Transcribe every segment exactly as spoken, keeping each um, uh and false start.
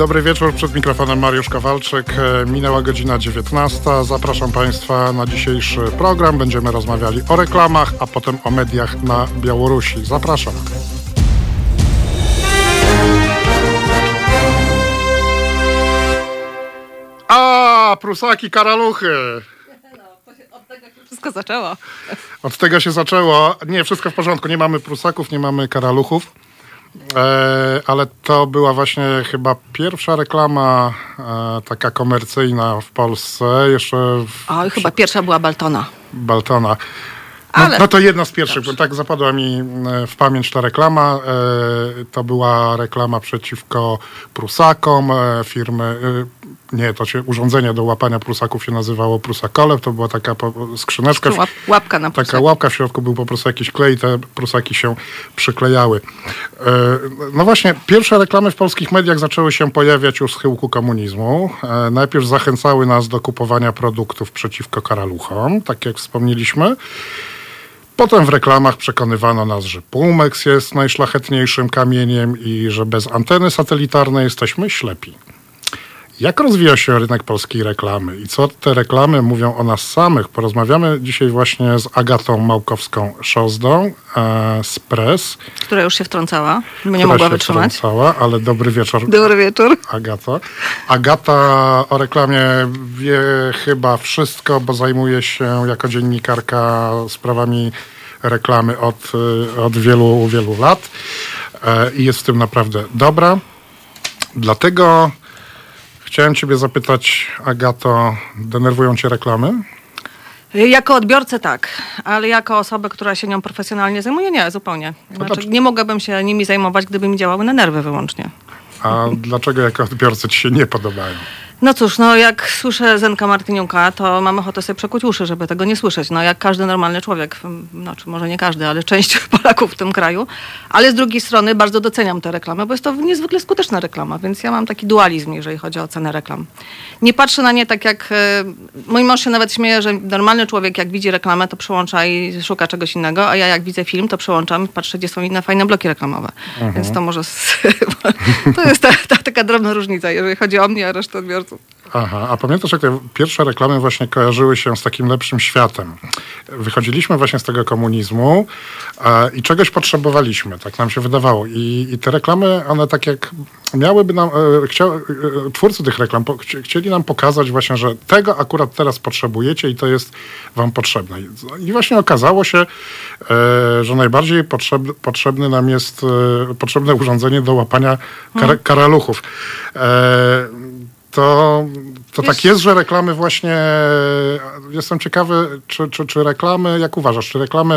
Dobry wieczór, przed mikrofonem Mariusz Kowalczyk. Minęła godzina dziewiętnasta. Zapraszam Państwa na dzisiejszy program. Będziemy rozmawiali o reklamach, a potem o mediach na Białorusi. Zapraszam. A, prusaki, karaluchy. Od tego się wszystko zaczęło. Od tego się zaczęło. Nie, wszystko w porządku. Nie mamy prusaków, nie mamy karaluchów. E, ale to była właśnie chyba pierwsza reklama e, taka komercyjna w Polsce. Jeszcze w, Oj, chyba pierwsza była Baltona. Baltona. No, Ale... no to jedna z pierwszych, Dobrze. bo tak zapadła mi w pamięć ta reklama. E, to była reklama przeciwko prusakom e, firmy. E, nie, to się urządzenie do łapania prusaków się nazywało Prusakole. To była taka po, skrzyneczka. Łap, łapka na prusaki. Taka łapka, w środku był po prostu jakiś klej, te prusaki się przyklejały. E, no właśnie, pierwsze reklamy w polskich mediach zaczęły się pojawiać już z chyłku komunizmu. E, najpierw zachęcały nas do kupowania produktów przeciwko karaluchom, tak jak wspomnieliśmy. Potem w reklamach przekonywano nas, że Pumex jest najszlachetniejszym kamieniem i że bez anteny satelitarnej jesteśmy ślepi. Jak rozwija się rynek polskiej reklamy i co te reklamy mówią o nas samych? Porozmawiamy dzisiaj właśnie z Agatą Małkowską-Szozdą e, z Press. Która już się wtrącała, bo nie mogła się wytrzymać. Wtrącała, ale dobry wieczór. Dobry wieczór. Agata. Agata o reklamie wie chyba wszystko, bo zajmuje się jako dziennikarka sprawami reklamy od, od wielu, wielu lat e, i jest w tym naprawdę dobra. Dlatego chciałem ciebie zapytać, Agato, denerwują cię reklamy? Jako odbiorcę tak, ale jako osobę, która się nią profesjonalnie zajmuje, nie, zupełnie. Znaczy, to... nie mogłabym się nimi zajmować, gdyby mi działały na nerwy wyłącznie. A dlaczego jako odbiorcy ci się nie podobają? No cóż, no jak słyszę Zenka Martyniuka, to mam ochotę sobie przekuć uszy, żeby tego nie słyszeć. No jak każdy normalny człowiek, znaczy może nie każdy, ale część Polaków w tym kraju. Ale z drugiej strony bardzo doceniam tę reklamę, bo jest to niezwykle skuteczna reklama, więc ja mam taki dualizm, jeżeli chodzi o cenę reklam. Nie patrzę na nie tak jak... Mój mąż się nawet śmieje, że normalny człowiek jak widzi reklamę, to przełącza i szuka czegoś innego, a ja jak widzę film, to przełączam i patrzę, gdzie są inne fajne bloki reklamowe. Mhm. Więc to może... to jest ta, ta, taka drobna różnica, jeżeli chodzi o mnie, a resztę odbiorców. Aha, a pamiętasz, jak te pierwsze reklamy właśnie kojarzyły się z takim lepszym światem? Wychodziliśmy właśnie z tego komunizmu e, i czegoś potrzebowaliśmy, tak nam się wydawało. I, i te reklamy, one tak jak miałyby nam, e, chcia, e, twórcy tych reklam po, chci, chcieli nam pokazać właśnie, że tego akurat teraz potrzebujecie i to jest wam potrzebne. I, i właśnie okazało się, e, że najbardziej potrzebny, potrzebny nam jest e, potrzebne urządzenie do łapania kar, hmm. karaluchów. E, To, to tak jest, że reklamy właśnie, jestem ciekawy, czy, czy, czy reklamy, jak uważasz, czy reklamy,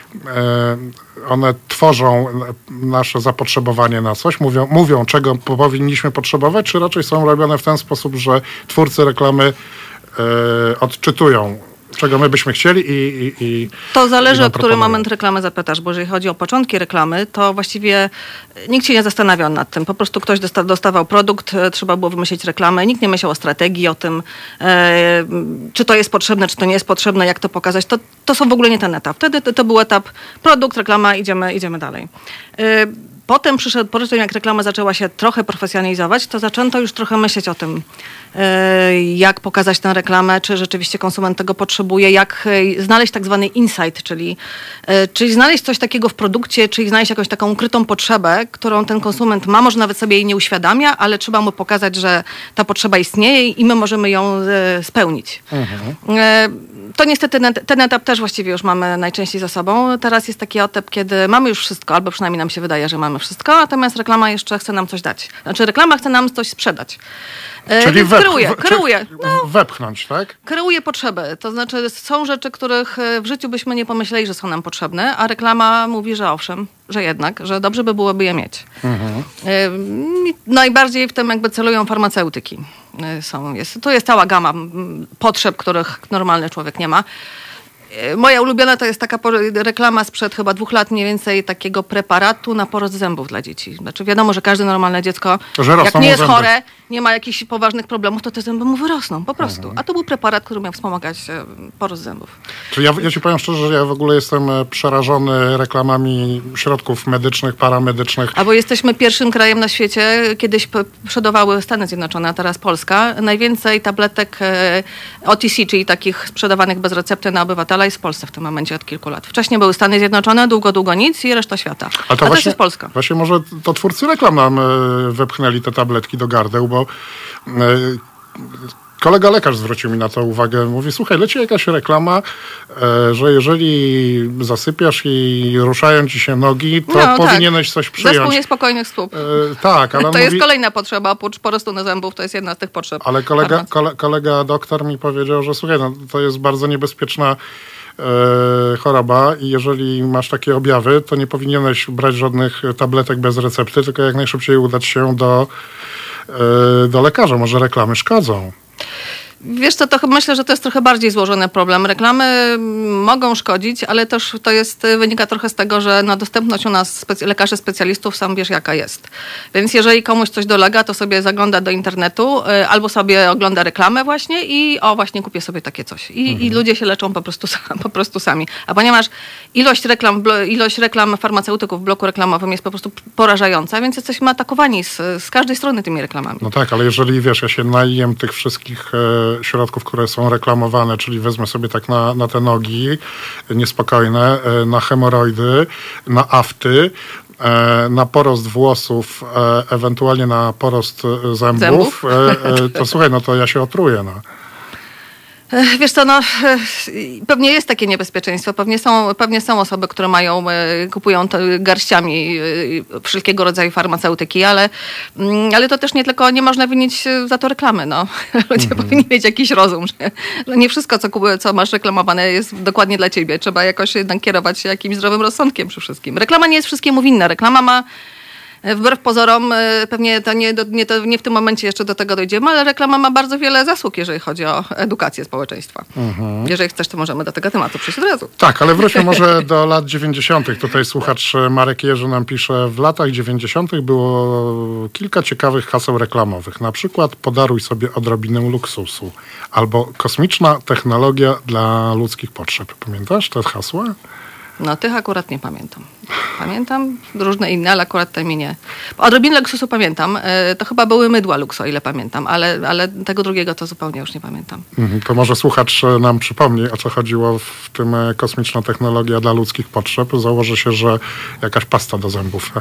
e, one tworzą nasze zapotrzebowanie na coś, mówią, mówią, czego powinniśmy potrzebować, czy raczej są robione w ten sposób, że twórcy reklamy e, odczytują, czego my byśmy chcieli i... i, i to zależy, o który moment reklamy zapytasz, bo jeżeli chodzi o początki reklamy, to właściwie nikt się nie zastanawiał nad tym. Po prostu ktoś dosta- dostawał produkt, trzeba było wymyślić reklamę. Nikt nie myślał o strategii, o tym, e, czy to jest potrzebne, czy to nie jest potrzebne, jak to pokazać. To, to są w ogóle nie ten etap. Wtedy to, to był etap produkt, reklama, idziemy, idziemy dalej. E, Potem przyszedł, po tym jak reklama zaczęła się trochę profesjonalizować, to zaczęto już trochę myśleć o tym, jak pokazać tę reklamę, czy rzeczywiście konsument tego potrzebuje, jak znaleźć tak zwany insight, czyli, czyli znaleźć coś takiego w produkcie, czyli znaleźć jakąś taką ukrytą potrzebę, którą ten konsument ma, może nawet sobie jej nie uświadamia, ale trzeba mu pokazać, że ta potrzeba istnieje i my możemy ją spełnić. Mhm. To niestety ten etap też właściwie już mamy najczęściej za sobą. Teraz jest taki etap, kiedy mamy już wszystko, albo przynajmniej nam się wydaje, że mamy wszystko, natomiast reklama jeszcze chce nam coś dać. Znaczy reklama chce nam coś sprzedać. Czyli wep- kreuje, kreuje. No, wepchnąć, tak? Kreuje potrzeby. To znaczy są rzeczy, których w życiu byśmy nie pomyśleli, że są nam potrzebne, a reklama mówi, że owszem, że jednak, że dobrze by byłoby je mieć. Mhm. Najbardziej w tym jakby celują farmaceutyki. Są, jest, to jest cała gama potrzeb, których normalny człowiek nie ma. Moja ulubiona to jest taka reklama sprzed chyba dwóch lat mniej więcej takiego preparatu na porost zębów dla dzieci. Znaczy wiadomo, że każde normalne dziecko, jak nie jest zęby. chore, nie ma jakichś poważnych problemów, to te zęby mu wyrosną, po prostu. Mhm. A to był preparat, który miał wspomagać porost zębów. Czyli ja, ja ci powiem szczerze, że ja w ogóle jestem przerażony reklamami środków medycznych, paramedycznych. Albo jesteśmy pierwszym krajem na świecie, kiedyś przodowały Stany Zjednoczone, a teraz Polska. Najwięcej tabletek O T C, czyli takich sprzedawanych bez recepty na obywatela, jest w Polsce w tym momencie od kilku lat. Wcześniej były Stany Zjednoczone, długo, długo nic i reszta świata. A, to a właśnie, też jest Polska. Właśnie może to twórcy reklam nam wepchnęli te tabletki do gardeł, bo kolega lekarz zwrócił mi na to uwagę. Mówi, słuchaj, leci jakaś reklama, że jeżeli zasypiasz i ruszają ci się nogi, to no, powinieneś tak. coś przyjąć. Zespół niespokojnych stóp. E, tak, ale To mówi, jest kolejna potrzeba, oprócz porostu na zębów, to jest jedna z tych potrzeb. Ale kolega, kole, kolega doktor mi powiedział, że słuchaj, no, to jest bardzo niebezpieczna e, choroba i jeżeli masz takie objawy, to nie powinieneś brać żadnych tabletek bez recepty, tylko jak najszybciej udać się do, e, do lekarza. Może reklamy szkodzą. Wiesz co, to myślę, że to jest trochę bardziej złożony problem. Reklamy mogą szkodzić, ale też to jest, wynika trochę z tego, że no, dostępność u nas specy- lekarzy specjalistów sam wiesz jaka jest. Więc jeżeli komuś coś dolega, to sobie zagląda do internetu y, albo sobie ogląda reklamę właśnie i o właśnie kupię sobie takie coś. I, mhm. i ludzie się leczą po prostu, po prostu sami. A ponieważ ilość reklam, ilość reklam farmaceutyków w bloku reklamowym jest po prostu porażająca, więc jesteśmy atakowani z, z każdej strony tymi reklamami. No tak, ale jeżeli wiesz, ja się najem tych wszystkich e, środków, które są reklamowane, czyli wezmę sobie tak na, na te nogi niespokojne, e, na hemoroidy, na afty, e, na porost włosów, e, ewentualnie na porost zębów, zębów? E, e, to słuchaj, no to ja się otruję, no. Wiesz co, no pewnie jest takie niebezpieczeństwo. Pewnie są, pewnie są osoby, które mają, kupują garściami wszelkiego rodzaju farmaceutyki, ale, ale to też nie tylko, nie można winić za to reklamy. No. Ludzie mm-hmm. powinni mieć jakiś rozum, że, że nie wszystko, co, co masz reklamowane jest dokładnie dla ciebie. Trzeba jakoś jednak kierować się jakimś zdrowym rozsądkiem przy wszystkim. Reklama nie jest wszystkiemu winna. Reklama ma wbrew pozorom, pewnie to nie, nie, to nie w tym momencie jeszcze do tego dojdziemy, ale reklama ma bardzo wiele zasług, jeżeli chodzi o edukację społeczeństwa. Mhm. Jeżeli chcesz, to możemy do tego tematu przejść od razu. Tak, ale wróćmy może do lat dziewięćdziesiątych. Tutaj słuchacz Marek Jerzy nam pisze, w latach dziewięćdziesiątych było kilka ciekawych haseł reklamowych. Na przykład podaruj sobie odrobinę luksusu albo kosmiczna technologia dla ludzkich potrzeb. Pamiętasz te hasła? No tych akurat nie pamiętam. Pamiętam różne inne, ale akurat te mi nie. Odrobinę luksusu pamiętam. To chyba były mydła Lux, o ile pamiętam, ale, ale tego drugiego to zupełnie już nie pamiętam. To może słuchacz nam przypomni, o co chodziło w tym kosmiczna technologia dla ludzkich potrzeb. Założę się, że jakaś pasta do zębów.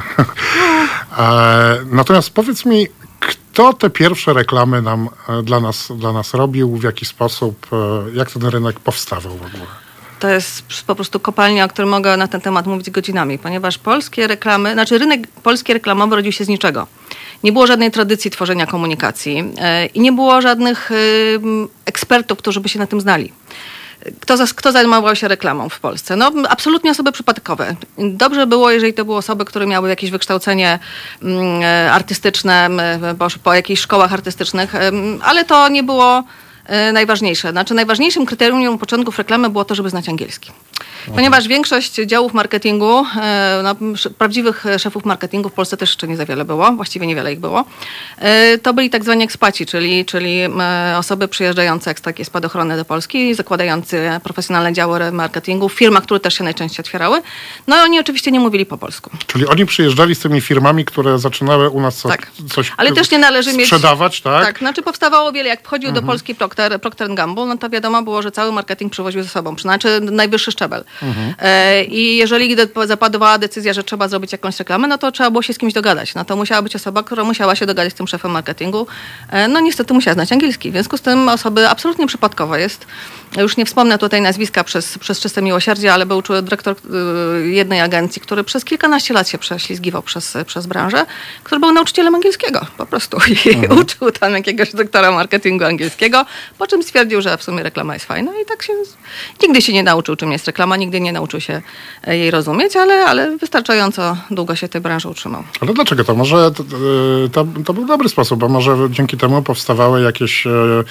Natomiast powiedz mi, kto te pierwsze reklamy nam, dla nas, dla nas robił, w jaki sposób, jak ten rynek powstawał w ogóle? To jest po prostu kopalnia, o której mogę na ten temat mówić godzinami, ponieważ polskie reklamy, znaczy rynek polski reklamowy rodził się z niczego. Nie było żadnej tradycji tworzenia komunikacji yy, i nie było żadnych yy, ekspertów, którzy by się na tym znali. Kto, kto zajmował się reklamą w Polsce? No absolutnie osoby przypadkowe. Dobrze było, jeżeli to były osoby, które miały jakieś wykształcenie yy, artystyczne, yy, po, po jakichś szkołach artystycznych, yy, ale to nie było najważniejsze. Znaczy najważniejszym kryterium początków reklamy było to, żeby znać angielski. Ponieważ większość działów marketingu, no, prawdziwych szefów marketingu w Polsce też jeszcze nie za wiele było, właściwie niewiele ich było, to byli tak zwani ekspaci, czyli, czyli osoby przyjeżdżające jak takie spadochrony do Polski, zakładający profesjonalne działy marketingu w firmach, które też się najczęściej otwierały. No i oni oczywiście nie mówili po polsku. Czyli oni przyjeżdżali z tymi firmami, które zaczynały u nas co, tak. coś Ale też nie należy sprzedawać, mieć, tak? Tak, znaczy powstawało wiele, jak wchodził mhm. do Polski Procter, Procter and Gamble, no to wiadomo było, że cały marketing przywoził ze sobą, znaczy najwyższy szczebel. Mhm. E, I jeżeli zapadła decyzja, że trzeba zrobić jakąś reklamę, no to trzeba było się z kimś dogadać. No to musiała być osoba, która musiała się dogadać z tym szefem marketingu. E, no niestety musiała znać angielski. W związku z tym osoby absolutnie przypadkowo jest. Już nie wspomnę tutaj nazwiska przez, przez czyste miłosierdzie, ale był dyrektor y, jednej agencji, który przez kilkanaście lat się prześlizgiwał przez, przez branżę, który był nauczycielem angielskiego po prostu i mhm. uczył tam jakiegoś doktora marketingu angielskiego, po czym stwierdził, że w sumie reklama jest fajna i tak się nigdy się nie nauczył, czym jest reklama, nigdy nie nauczył się jej rozumieć, ale, ale wystarczająco długo się tej branży utrzymał. Ale dlaczego to? Może to, to, to był dobry sposób, bo może dzięki temu powstawały jakieś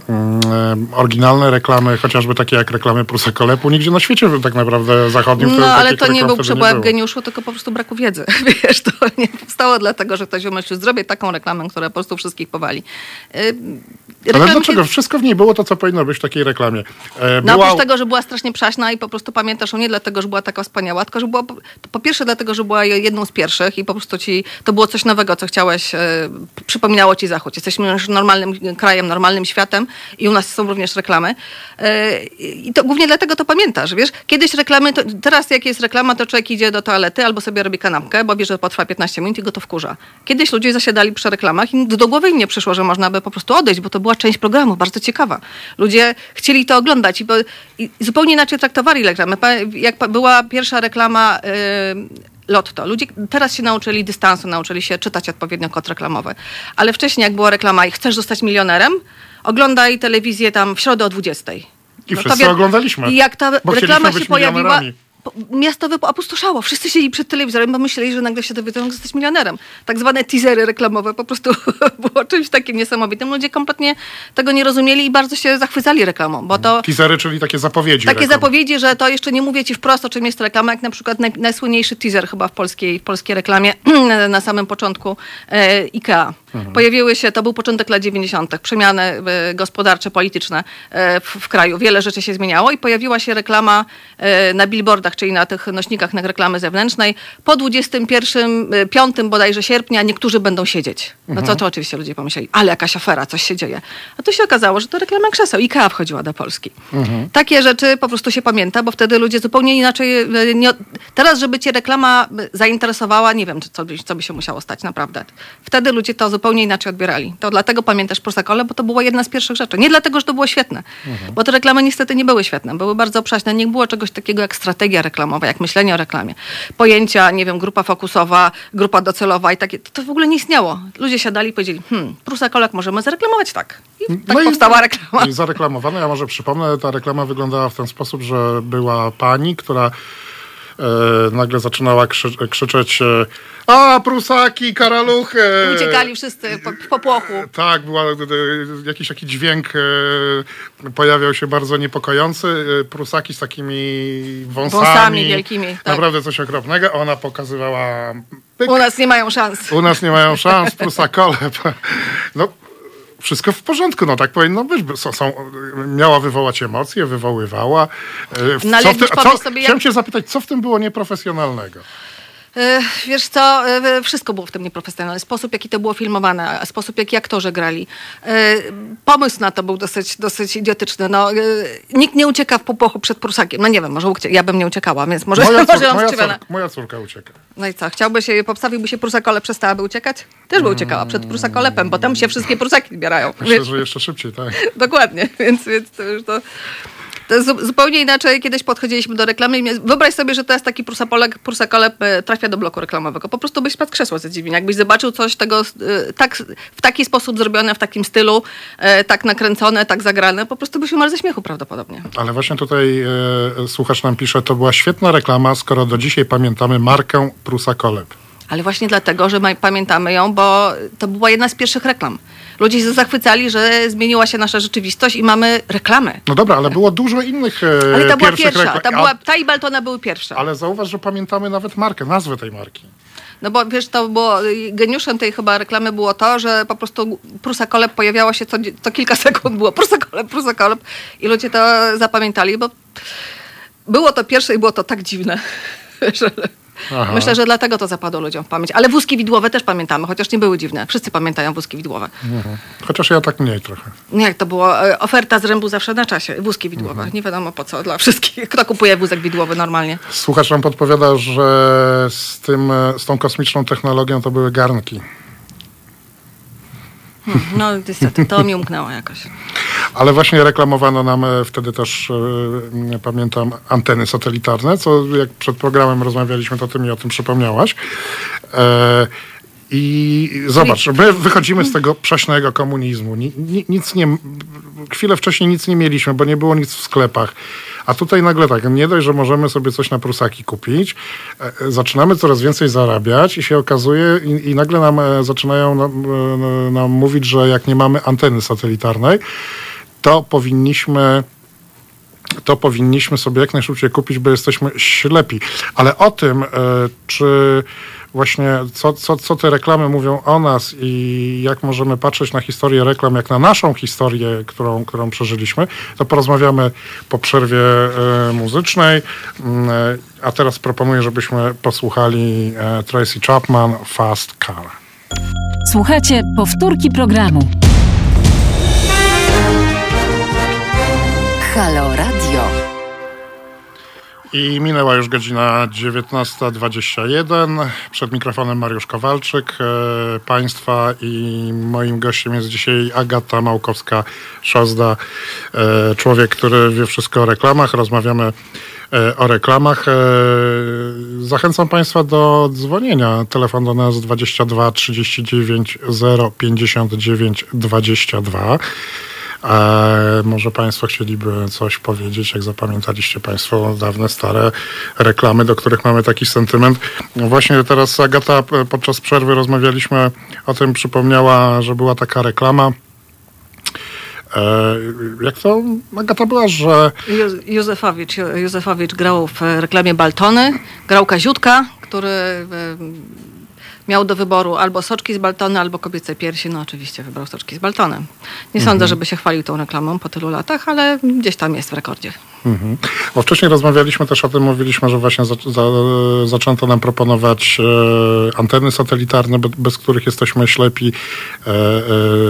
oryginalne reklamy, chociażby takie jak reklamy Prusakolepu, nigdzie na świecie tak naprawdę zachodnim. No, ale to nie był przebłak geniuszu, tylko po prostu braku wiedzy. Wiesz, to nie powstało dlatego, że ktoś wymyślił, zrobię taką reklamę, która po prostu wszystkich powali. Reklamy ale dlaczego? Wszystko w niej było to, co powinno być w takiej reklamie. Była... No oprócz tego, że była strasznie przaśna i po prostu pamiętasz ją nie dlatego, że była taka wspaniała, tylko że była, po pierwsze dlatego, że była jedną z pierwszych i po prostu ci, to było coś nowego, co chciałeś, e, przypominało ci Zachód. Jesteśmy już normalnym krajem, normalnym światem i u nas są również reklamy. E, I to głównie dlatego to pamiętasz, wiesz? Kiedyś reklamy, to, teraz jak jest reklama, to człowiek idzie do toalety albo sobie robi kanapkę, bo wie, że potrwa piętnaście minut i go to wkurza. Kiedyś ludzie zasiadali przy reklamach i do głowy im nie przyszło, że można by po prostu odejść, bo to była część programu, bardzo ciekawa. Ludzie chcieli to oglądać i, bo, i zupełnie inaczej traktowali reklamy. Jak była pierwsza reklama yy, Lotto. Ludzie teraz się nauczyli dystansu, nauczyli się czytać odpowiednio kod reklamowy. Ale wcześniej jak była reklama i chcesz zostać milionerem, oglądaj telewizję tam w środę o dwudziestej. I no wszyscy wi- oglądaliśmy. I jak ta reklama się pojawiła, miasto opustoszało. Wszyscy siedzieli przed telewizorem, bo myśleli, że nagle się dowiedzą, że jesteś milionerem. Tak zwane teasery reklamowe po prostu było czymś takim niesamowitym. Ludzie kompletnie tego nie rozumieli i bardzo się zachwycali reklamą. Bo to teasery, czyli takie zapowiedzi. Takie reklam. zapowiedzi, że to jeszcze nie mówię ci wprost, o czym jest reklama, jak na przykład naj, najsłynniejszy teaser chyba w polskiej, w polskiej reklamie na samym początku e, IKEA. Mhm. Pojawiły się, to był początek lat dziewięćdziesiątych, przemiany e, gospodarcze, polityczne e, w, w kraju. Wiele rzeczy się zmieniało i pojawiła się reklama e, na billboardach, czyli na tych nośnikach na reklamy zewnętrznej. Po dwudziestego piątego bodajże sierpnia niektórzy będą siedzieć. No mhm. co to oczywiście ludzie pomyśleli, ale jakaś afera, coś się dzieje. A tu się okazało, że to reklama krzeseł. IKEA wchodziła do Polski. Mhm. Takie rzeczy po prostu się pamięta, bo wtedy ludzie zupełnie inaczej... Nie, teraz, żeby cię reklama zainteresowała, nie wiem, co by, co by się musiało stać, naprawdę. Wtedy ludzie to zupełnie inaczej odbierali. To dlatego pamiętasz Prusakole, bo to była jedna z pierwszych rzeczy. Nie dlatego, że to było świetne, mhm. bo te reklamy niestety nie były świetne. Były bardzo przaśne. Nie było czegoś takiego jak strategia reklamowa, jak myślenie o reklamie. Pojęcia, nie wiem, grupa fokusowa, grupa docelowa i takie. To, to w ogóle nie istniało. Ludzie siadali i powiedzieli, hmm, Prusakolek możemy zareklamować tak. I tak no powstała i, reklama. I zareklamowane, ja może przypomnę, ta reklama wyglądała w ten sposób, że była pani, która E, nagle zaczynała krzy- krzyczeć a, prusaki, karaluchy. I uciekali wszyscy po, w popłochu. E, tak, była, e, jakiś taki dźwięk e, pojawiał się bardzo niepokojący. E, prusaki z takimi wąsami. Wąsami wielkimi. Tak. Naprawdę coś okropnego. Ona pokazywała... Pyk. U nas nie mają szans. U nas nie mają szans, Prusakole. No, wszystko w porządku, no tak powinno być. Są, są, miała wywołać emocje, wywoływała. W, no, ale co w tym, co, sobie, chciałem jak... cię zapytać, co w tym było nieprofesjonalnego? Wiesz co, wszystko było w tym nieprofesjonalne. Sposób, jaki to było filmowane, sposób, jaki aktorzy grali. Pomysł na to był dosyć, dosyć idiotyczny. No, nikt nie ucieka w popłochu przed Prusakiem. No nie wiem, może ucie- ja bym nie uciekała, więc może... Moja, cór- może moja, córka, moja córka ucieka. No i co, chciałby się, popstawiłby się Prusakole, przestałaby uciekać? Też by uciekała przed Prusakolepem, bo tam się wszystkie Prusaki zbierają. Myślę, więc... że jeszcze szybciej, tak. Dokładnie, więc, więc to już to... To jest zupełnie inaczej. Kiedyś podchodziliśmy do reklamy i wyobraź sobie, że to jest taki Prusapolek, Prusakolep trafia do bloku reklamowego. Po prostu byś spadł krzesło ze zdziwienia. Jakbyś zobaczył coś tego tak, w taki sposób zrobione, w takim stylu, tak nakręcone, tak zagrane, po prostu byś umarł ze śmiechu prawdopodobnie. Ale właśnie tutaj e, słuchacz nam pisze, to była świetna reklama, skoro do dzisiaj pamiętamy markę Prusakolep. Ale właśnie dlatego, że my pamiętamy ją, bo to była jedna z pierwszych reklam. Ludzie się zachwycali, że zmieniła się nasza rzeczywistość i mamy reklamy. No dobra, ale było dużo innych e, Ale ta była pierwsza. Reklam. Ta, była, ta i Baltona były pierwsze. Ale zauważ, że pamiętamy nawet markę, nazwę tej marki. No bo wiesz, to było, geniuszem tej chyba reklamy było to, że po prostu Prusakolep pojawiało się co, co kilka sekund, było Prusakolep, Prusakolep i ludzie to zapamiętali, bo było to pierwsze i było to tak dziwne, że... Aha. Myślę, że dlatego to zapadło ludziom w pamięć. Ale wózki widłowe też pamiętamy, chociaż nie były dziwne. Wszyscy pamiętają wózki widłowe. Mhm. Chociaż ja tak mniej trochę. Nie, jak to było? Oferta z rębu zawsze na czasie. Wózki widłowe. Mhm. Nie wiadomo po co dla wszystkich. Kto kupuje wózek widłowy normalnie? Słuchacz nam podpowiada, że z, tym, z tą kosmiczną technologią to były garnki. Hmm, no niestety, to mi umknęło jakoś. Ale właśnie reklamowano nam wtedy też, e, pamiętam, anteny satelitarne, co jak przed programem rozmawialiśmy, to ty mi o tym przypomniałaś. E, I zobacz, my wychodzimy z tego prześnego komunizmu. Ni, ni, nic nie, chwilę wcześniej nic nie mieliśmy, bo nie było nic w sklepach. A tutaj nagle tak, nie dość, że możemy sobie coś na Prusaki kupić, e, zaczynamy coraz więcej zarabiać i się okazuje, i, i nagle nam e, zaczynają nam, e, nam mówić, że jak nie mamy anteny satelitarnej, to powinniśmy to powinniśmy sobie jak najszybciej kupić, bo jesteśmy ślepi. Ale o tym, czy właśnie co, co, co te reklamy mówią o nas i jak możemy patrzeć na historię reklam, jak na naszą historię, którą, którą przeżyliśmy, to porozmawiamy po przerwie muzycznej. A teraz proponuję, żebyśmy posłuchali Tracy Chapman, Fast Car. Słuchajcie powtórki programu. Halo Radio. I minęła już godzina dziewiętnasta dwadzieścia jeden. Przed mikrofonem Mariusz Kowalczyk. E, państwa i moim gościem jest dzisiaj Agata Małkowska-Szozda. E, człowiek, który wie wszystko o reklamach. Rozmawiamy e, o reklamach. E, zachęcam Państwa do dzwonienia. Telefon do nas dwadzieścia dwa trzydzieści dziewięć zero pięćdziesiąt dziewięć dwadzieścia dwa. A może Państwo chcieliby coś powiedzieć, jak zapamiętaliście Państwo dawne, stare reklamy, do których mamy taki sentyment. No właśnie teraz Agata podczas przerwy rozmawialiśmy o tym, przypomniała, że była taka reklama. E, jak to Agata była, że... Józefowicz, Józefowicz grał w reklamie Baltony, grał Kaziutka, który... miał do wyboru albo soczki z Baltony, albo kobiece piersi. No oczywiście wybrał soczki z Baltony. Nie mhm. sądzę, żeby się chwalił tą reklamą po tylu latach, ale gdzieś tam jest w rekordzie. Mhm. Bo wcześniej rozmawialiśmy też o tym, mówiliśmy, że właśnie za, za, zaczęto nam proponować e, anteny satelitarne, be, bez których jesteśmy ślepi, e, e,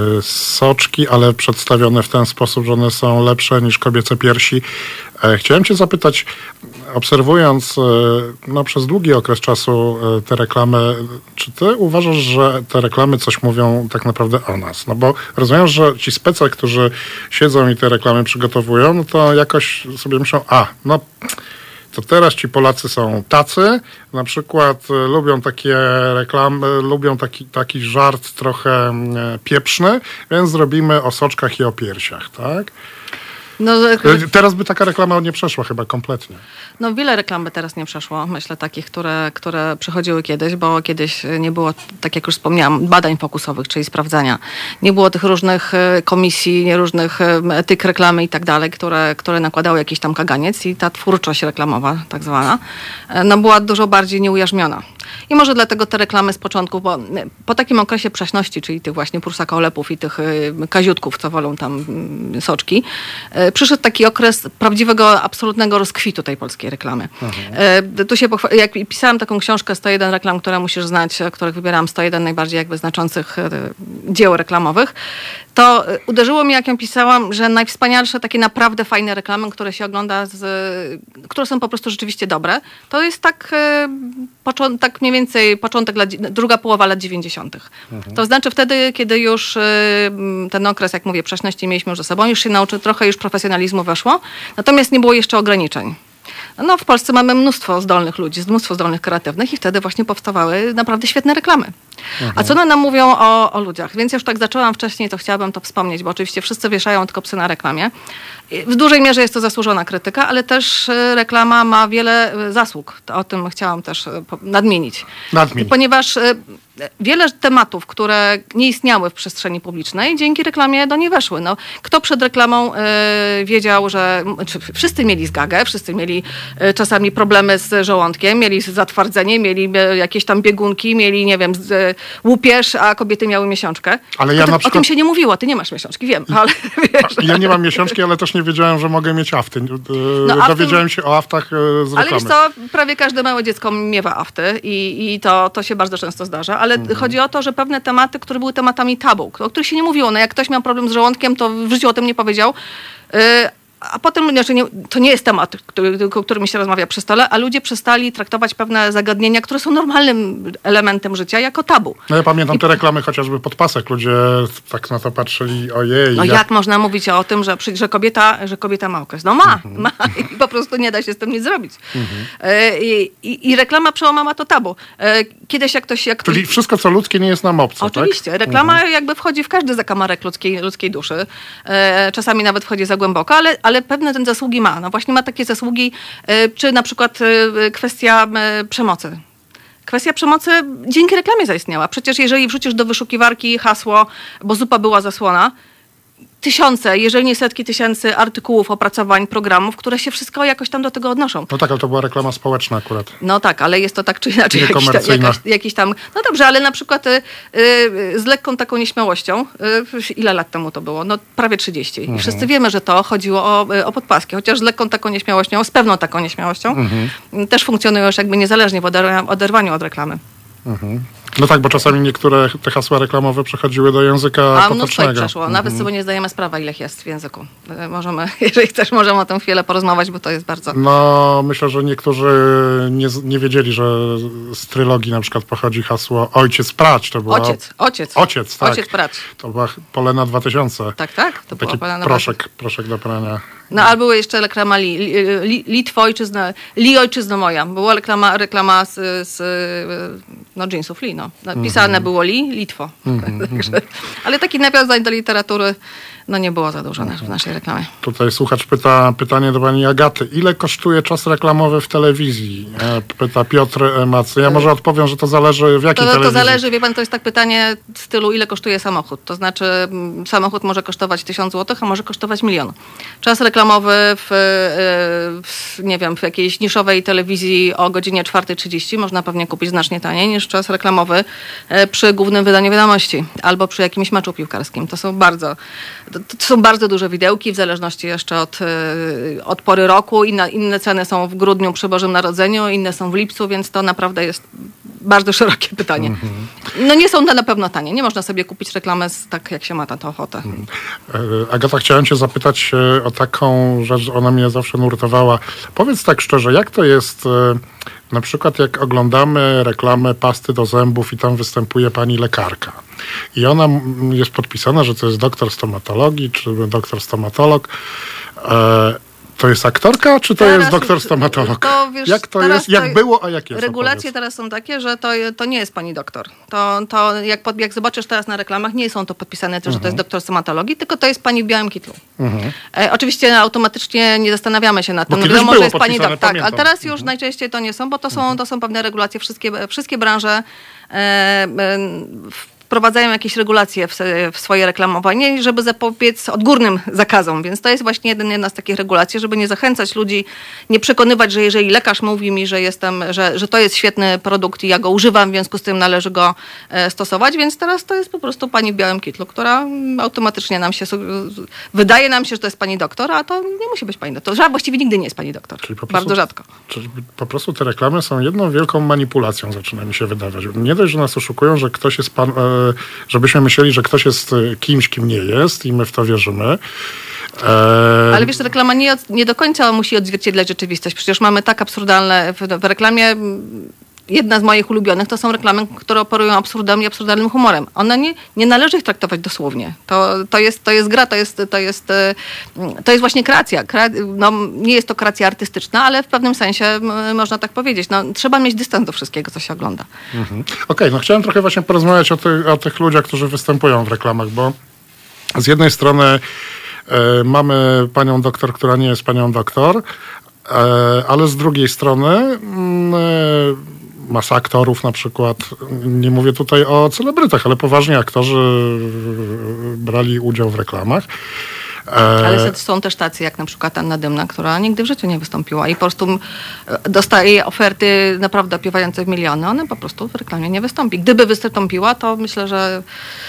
soczki, ale przedstawione w ten sposób, że one są lepsze niż kobiece piersi. E, chciałem cię zapytać, obserwując e, no, przez długi okres czasu e, te reklamy, czy ty uważasz, że te reklamy coś mówią tak naprawdę o nas? No bo rozumiem, że ci spece, którzy siedzą i te reklamy przygotowują, no to jakoś sobie myślą, a, no to teraz ci Polacy są tacy, na przykład y, lubią takie reklamy, lubią taki, taki żart trochę y, pieprzny, więc zrobimy o soczkach i o piersiach, tak? No, teraz by taka reklama nie przeszła chyba kompletnie. No wiele reklam by teraz nie przeszło, myślę, takich, które, które przychodziły kiedyś, bo kiedyś nie było, tak jak już wspomniałam, badań fokusowych, czyli sprawdzania. Nie było tych różnych komisji, różnych etyk reklamy i tak dalej, które, które nakładały jakiś tam kaganiec i ta twórczość reklamowa, tak zwana, no była dużo bardziej nieujarzmiona. I może dlatego te reklamy z początku, bo po takim okresie przaśności, czyli tych właśnie prusako-olepów i tych kaziutków, co wolą tam soczki, przyszedł taki okres prawdziwego, absolutnego rozkwitu tej polskiej reklamy. Mhm. Tu się pochwa- jak pisałam taką książkę sto jeden reklam, które musisz znać, których wybierałam sto jeden najbardziej jakby znaczących dzieł reklamowych, to uderzyło mnie, jak ją pisałam, że najwspanialsze takie naprawdę fajne reklamy, które się ogląda, z, które są po prostu rzeczywiście dobre, to jest tak, począ- tak mniej więcej początek lat, druga połowa lat dziewięćdziesiątych. Mhm. To znaczy wtedy, kiedy już ten okres, jak mówię, przaśności mieliśmy już ze sobą, już się nauczy, trochę już profesjonalizmu weszło, natomiast nie było jeszcze ograniczeń. No, w Polsce mamy mnóstwo zdolnych ludzi, mnóstwo zdolnych, kreatywnych i wtedy właśnie powstawały naprawdę świetne reklamy. Mhm. A co one nam mówią o, o ludziach? Więc już tak zaczęłam wcześniej, to chciałabym to wspomnieć, bo oczywiście wszyscy wieszają tylko psy na reklamie. W dużej mierze jest to zasłużona krytyka, ale też reklama ma wiele zasług. To o tym chciałam też nadmienić. Nadmień. Ponieważ wiele tematów, które nie istniały w przestrzeni publicznej, dzięki reklamie do niej weszły. No, kto przed reklamą y, wiedział, że czy wszyscy mieli zgagę, wszyscy mieli y, czasami problemy z żołądkiem, mieli zatwardzenie, mieli y, jakieś tam biegunki, mieli, nie wiem, z, y, łupież, a kobiety miały miesiączkę. Ale ja o, tym, na przykład... o tym się nie mówiło. Ty nie masz miesiączki, wiem, ale wiesz. Ja nie mam miesiączki, ale też nie wiedziałem, że mogę mieć afty. No, Dowiedziałem afty... się o aftach z reklamy. Ale wiesz co, prawie każde małe dziecko miewa afty i, i to, to się bardzo często zdarza, ale mhm. chodzi o to, że pewne tematy, które były tematami tabu, o których się nie mówiło, no jak ktoś miał problem z żołądkiem, to w życiu o tym nie powiedział, yy, a potem, znaczy nie, to nie jest temat, który, o którym się rozmawia przy stole, a ludzie przestali traktować pewne zagadnienia, które są normalnym elementem życia, jako tabu. No ja pamiętam te reklamy chociażby Podpasek. Ludzie tak na to patrzyli, ojej. No jak, jak można mówić o tym, że, że, kobieta, że kobieta ma okres? No ma, mhm. ma i po prostu nie da się z tym nic zrobić. Mhm. I, i, I reklama przełamała to tabu. Kiedyś jak ktoś... Jak... Czyli wszystko, co ludzkie, nie jest nam obce, Oczywiście. Tak? Reklama mhm. jakby wchodzi w każdy zakamarek ludzkiej, ludzkiej duszy. Czasami nawet wchodzi za głęboko, ale ale pewne ten zasługi ma. No właśnie ma takie zasługi, czy na przykład kwestia przemocy. Kwestia przemocy dzięki reklamie zaistniała. Przecież jeżeli wrzucisz do wyszukiwarki hasło, bo zupa była zasłona, tysiące, jeżeli nie setki tysięcy artykułów, opracowań, programów, które się wszystko jakoś tam do tego odnoszą. No tak, ale to była reklama społeczna akurat. No tak, ale jest to tak czy inaczej jakiś, ta, Niekomercyjna. jakaś, jakiś tam... No dobrze, ale na przykład y, y, z lekką taką nieśmiałością, y, ile lat temu to było? No prawie trzydzieści. Mhm. I wszyscy wiemy, że to chodziło o, o podpaski, chociaż z lekką taką nieśmiałością, z pewną taką nieśmiałością, mhm. też funkcjonują już jakby niezależnie w oderwaniu, oderwaniu od reklamy. Mhm. No tak, bo czasami niektóre te hasła reklamowe przechodziły do języka A mnóstwo ich potocznego. przeszło. Mhm. Nawet sobie nie zdajemy sprawy, ile jest w języku. Y, Możemy, jeżeli chcesz, możemy o tym chwilę porozmawiać, bo to jest bardzo... No, myślę, że niektórzy nie, z- nie wiedzieli, że z trylogii na przykład pochodzi hasło ojciec prać. To była... Ociec, ociec. Ociec, tak. Ociec prać. To była Polena dwa tysiące. Tak, tak. To Taki była proszek, proszek do prania. No, ale były jeszcze reklama li, li, li, Litwo, ojczyzna, Li, ojczyzno moja. Była reklama, reklama z, z no, jeansów Li, no. Napisane mm-hmm. było Li, Litwo. Mm-hmm. Także, ale taki nawiązań do literatury no, nie było za dużo w naszej reklamie. Tutaj słuchacz pyta pytanie do pani Agaty. Ile kosztuje czas reklamowy w telewizji? E, Pyta Piotr Macy. Ja może odpowiem, że to zależy w jakiej To, to telewizji. zależy, wie pan, to jest tak pytanie w stylu, ile kosztuje samochód. To znaczy m, samochód może kosztować tysiąc złotych, a może kosztować milion. Czas reklamowy w, w, nie wiem, w jakiejś niszowej telewizji o godzinie czwarta trzydzieści można pewnie kupić znacznie taniej niż czas reklamowy przy głównym wydaniu wiadomości albo przy jakimś meczu piłkarskim. To są bardzo, to, to są bardzo duże widełki w zależności jeszcze od, od pory roku. Inne, inne ceny są w grudniu przy Bożym Narodzeniu, inne są w lipcu, więc to naprawdę jest bardzo szerokie pytanie. Mm-hmm. No nie są one na pewno tanie. Nie można sobie kupić reklamę z, tak, jak się ma na to ochotę. Mm. Agata, chciałem cię zapytać o taką rzecz, ona mnie zawsze nurtowała. Powiedz tak szczerze, jak to jest na przykład jak oglądamy reklamę pasty do zębów i tam występuje pani lekarka i ona jest podpisana, że to jest doktor stomatologii, czy doktor stomatolog. E, To jest aktorka, czy to teraz jest doktor już, stomatolog? To, wiesz, jak to jest, jak to, było, a jak jest? Regulacje opowiedz. teraz są takie, że to, to nie jest pani doktor. To, to jak, pod, jak zobaczysz teraz na reklamach, nie są to podpisane, mhm. że to jest doktor stomatologii, tylko to jest pani w białym kitlu. Mhm. E, oczywiście automatycznie nie zastanawiamy się nad tym, że może jest pani doktor. Tak, a teraz już mhm. najczęściej to nie są, bo to są, mhm. to są pewne regulacje. Wszystkie, wszystkie branże e, e, wprowadzają jakieś regulacje w, w swoje reklamowanie, żeby zapobiec odgórnym zakazom. Więc to jest właśnie jeden, jedna z takich regulacji, żeby nie zachęcać ludzi, nie przekonywać, że jeżeli lekarz mówi mi, że jestem, że, że to jest świetny produkt i ja go używam, w związku z tym należy go e, stosować. Więc teraz to jest po prostu pani w białym kitlu, która automatycznie nam się, wydaje nam się, że to jest pani doktor, a to nie musi być pani doktor. Że właściwie nigdy nie jest pani doktor. Czyli po prostu, bardzo rzadko. Czyli po prostu te reklamy są jedną wielką manipulacją, zaczyna mi się wydawać. Nie dość, że nas oszukują, że ktoś jest pan... E, żebyśmy myśleli, że ktoś jest kimś, kim nie jest i my w to wierzymy. E... Ale wiesz, reklama nie, od, nie do końca musi odzwierciedlać rzeczywistość. Przecież mamy tak absurdalne... W, w reklamie jedna z moich ulubionych to są reklamy, które operują absurdem i absurdalnym humorem. One nie, nie należy ich traktować dosłownie. To, to, jest, to jest gra, to jest, to jest, to jest właśnie kreacja. Kre, no, nie jest to kreacja artystyczna, ale w pewnym sensie m, można tak powiedzieć. No, trzeba mieć dystans do wszystkiego, co się ogląda. Mhm. Okej, okay, no chciałem trochę właśnie porozmawiać o, ty, o tych ludziach, którzy występują w reklamach, bo z jednej strony e, mamy panią doktor, która nie jest panią doktor, e, ale z drugiej strony mm, e, masa aktorów na przykład, nie mówię tutaj o celebrytach, ale poważnie aktorzy brali udział w reklamach. Ale są też tacy, jak na przykład Anna Dymna, która nigdy w życiu nie wystąpiła i po prostu dostaje oferty naprawdę opiewające w miliony. Ona po prostu w reklamie nie wystąpi. Gdyby wystąpiła, to myślę, że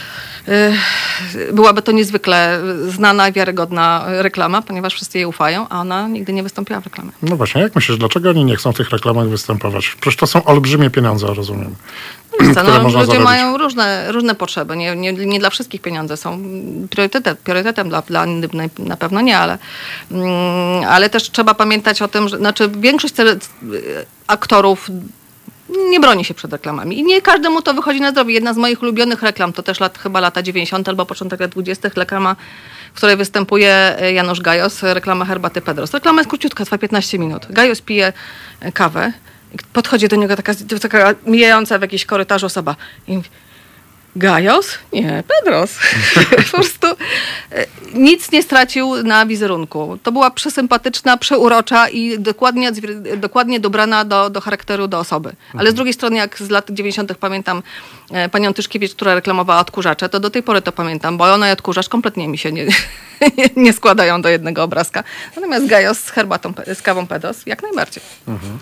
byłaby to niezwykle znana i wiarygodna reklama, ponieważ wszyscy jej ufają, a ona nigdy nie wystąpiła w reklamie. No właśnie, jak myślisz, dlaczego oni nie chcą w tych reklamach występować? Przecież to są olbrzymie pieniądze, rozumiem. Co, no, ludzie zarobić. Mają różne, różne potrzeby. Nie, nie, nie dla wszystkich pieniądze są priorytetem, priorytetem dla, dla na pewno nie, ale, mm, ale też trzeba pamiętać o tym, że znaczy większość aktorów nie broni się przed reklamami. I nie każdemu to wychodzi na zdrowie. Jedna z moich ulubionych reklam to też lat, chyba lata dziewięćdziesiąte albo początek lat dwudziestych reklama, w której występuje Janusz Gajos, reklama herbaty Pedros. Reklama jest króciutka, trwa piętnaście minut. Gajos pije kawę i podchodzi do niego taka, taka mijająca w jakimś korytarzu osoba i mówi: Gajos? Nie, Pedros. Po prostu nic nie stracił na wizerunku. To była przesympatyczna, przeurocza i dokładnie, dokładnie dobrana do, do charakteru, do osoby. Ale z drugiej strony, jak z lat dziewięćdziesiątych pamiętam panią Tyszkiewicz, która reklamowała odkurzacze, to do tej pory to pamiętam, bo ona i odkurzacz kompletnie mi się nie, nie składają do jednego obrazka. Natomiast Gajos z herbatą, z kawą Pedros, jak najbardziej. Mhm.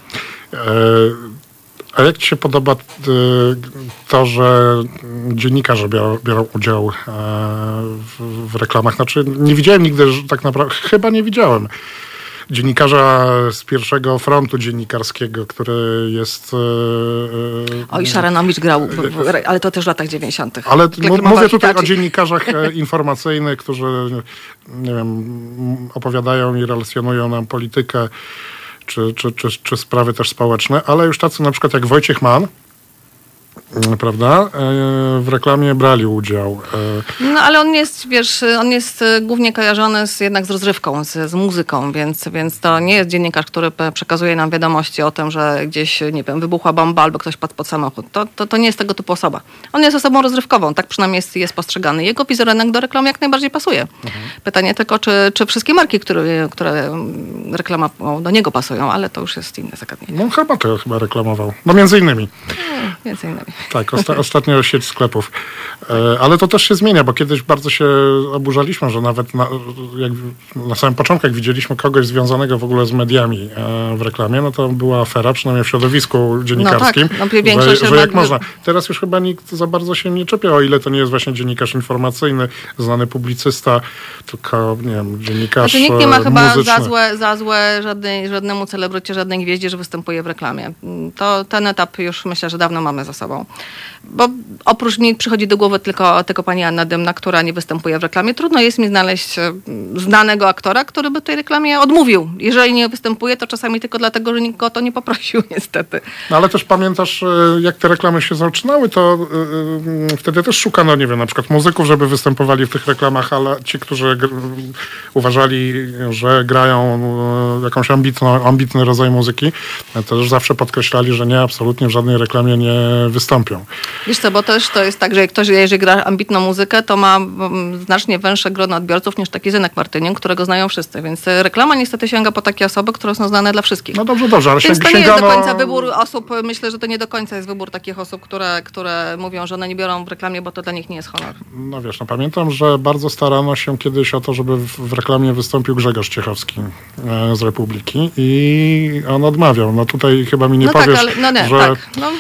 E- A jak ci się podoba to, że dziennikarze biorą, biorą udział w, w reklamach? Znaczy, nie widziałem nigdy, że tak naprawdę, chyba nie widziałem dziennikarza z pierwszego frontu dziennikarskiego, który jest... Oj, Szaranomicz grał, ale to też w latach dziewięćdziesiątych. Ale m- mówię tutaj o dziennikarzach informacyjnych, którzy, nie wiem, opowiadają i relacjonują nam politykę, Czy, czy, czy, czy sprawy też społeczne, ale już tacy na przykład jak Wojciech Mann, prawda, w reklamie brali udział. No ale on jest, wiesz, on jest głównie kojarzony z, jednak z rozrywką, z, z muzyką, więc, więc to nie jest dziennikarz, który przekazuje nam wiadomości o tym, że gdzieś, nie wiem, wybuchła bomba albo ktoś padł pod samochód. To, to, to nie jest tego typu osoba. On jest osobą rozrywkową, tak przynajmniej jest, jest postrzegany. Jego wizerunek do reklamy jak najbardziej pasuje. Mhm. Pytanie tylko, czy, czy wszystkie marki, które, które reklama do niego pasują, ale to już jest inne zagadnienie. No chyba to chyba reklamował. No między innymi. Nie, między innymi. Tak, osta- ostatnio sieć sklepów. E, ale to też się zmienia, bo kiedyś bardzo się oburzaliśmy, że nawet na, jak na samym początku, jak widzieliśmy kogoś związanego w ogóle z mediami e, w reklamie, no to była afera, przynajmniej w środowisku dziennikarskim, no tak, no, że, że jak można. Teraz już chyba nikt za bardzo się nie czepia, o ile to nie jest właśnie dziennikarz informacyjny, znany publicysta, tylko, nie wiem, dziennikarz znaczy, nikt nie ma muzyczny. chyba za złe, za złe żadnej, żadnemu celebrycie, żadnej gwieździe, że występuje w reklamie. To ten etap już myślę, że dawno mamy za sobą. Bo oprócz mnie przychodzi do głowy tylko, tylko pani Anna Dymna, która nie występuje w reklamie. Trudno jest mi znaleźć znanego aktora, który by tej reklamie odmówił. Jeżeli nie występuje, to czasami tylko dlatego, że nikt go o to nie poprosił, niestety. No ale też pamiętasz, jak te reklamy się zaczynały, to yy, wtedy też szukano, nie wiem, na przykład muzyków, żeby występowali w tych reklamach, ale ci, którzy g- uważali, że grają yy, jakąś ambitną, ambitny rodzaj muzyki, to też zawsze podkreślali, że nie, absolutnie w żadnej reklamie nie wystąpią. Wiesz co, bo też to jest tak, że jak ktoś, jeżeli gra ambitną muzykę, to ma znacznie węższe grono odbiorców niż taki Zenek Martyniuk, którego znają wszyscy, więc reklama niestety sięga po takie osoby, które są znane dla wszystkich. No dobrze, dobrze, ale więc sięg- to nie jest sięgano... do końca wybór osób, myślę, że to nie do końca jest wybór takich osób, które, które mówią, że one nie biorą w reklamie, bo to dla nich nie jest honor. No wiesz, no pamiętam, że bardzo starano się kiedyś o to, żeby w, w reklamie wystąpił Grzegorz Ciechowski e, z Republiki i on odmawiał. No tutaj chyba mi nie no powiesz, tak, ale, no nie, że... tak, no.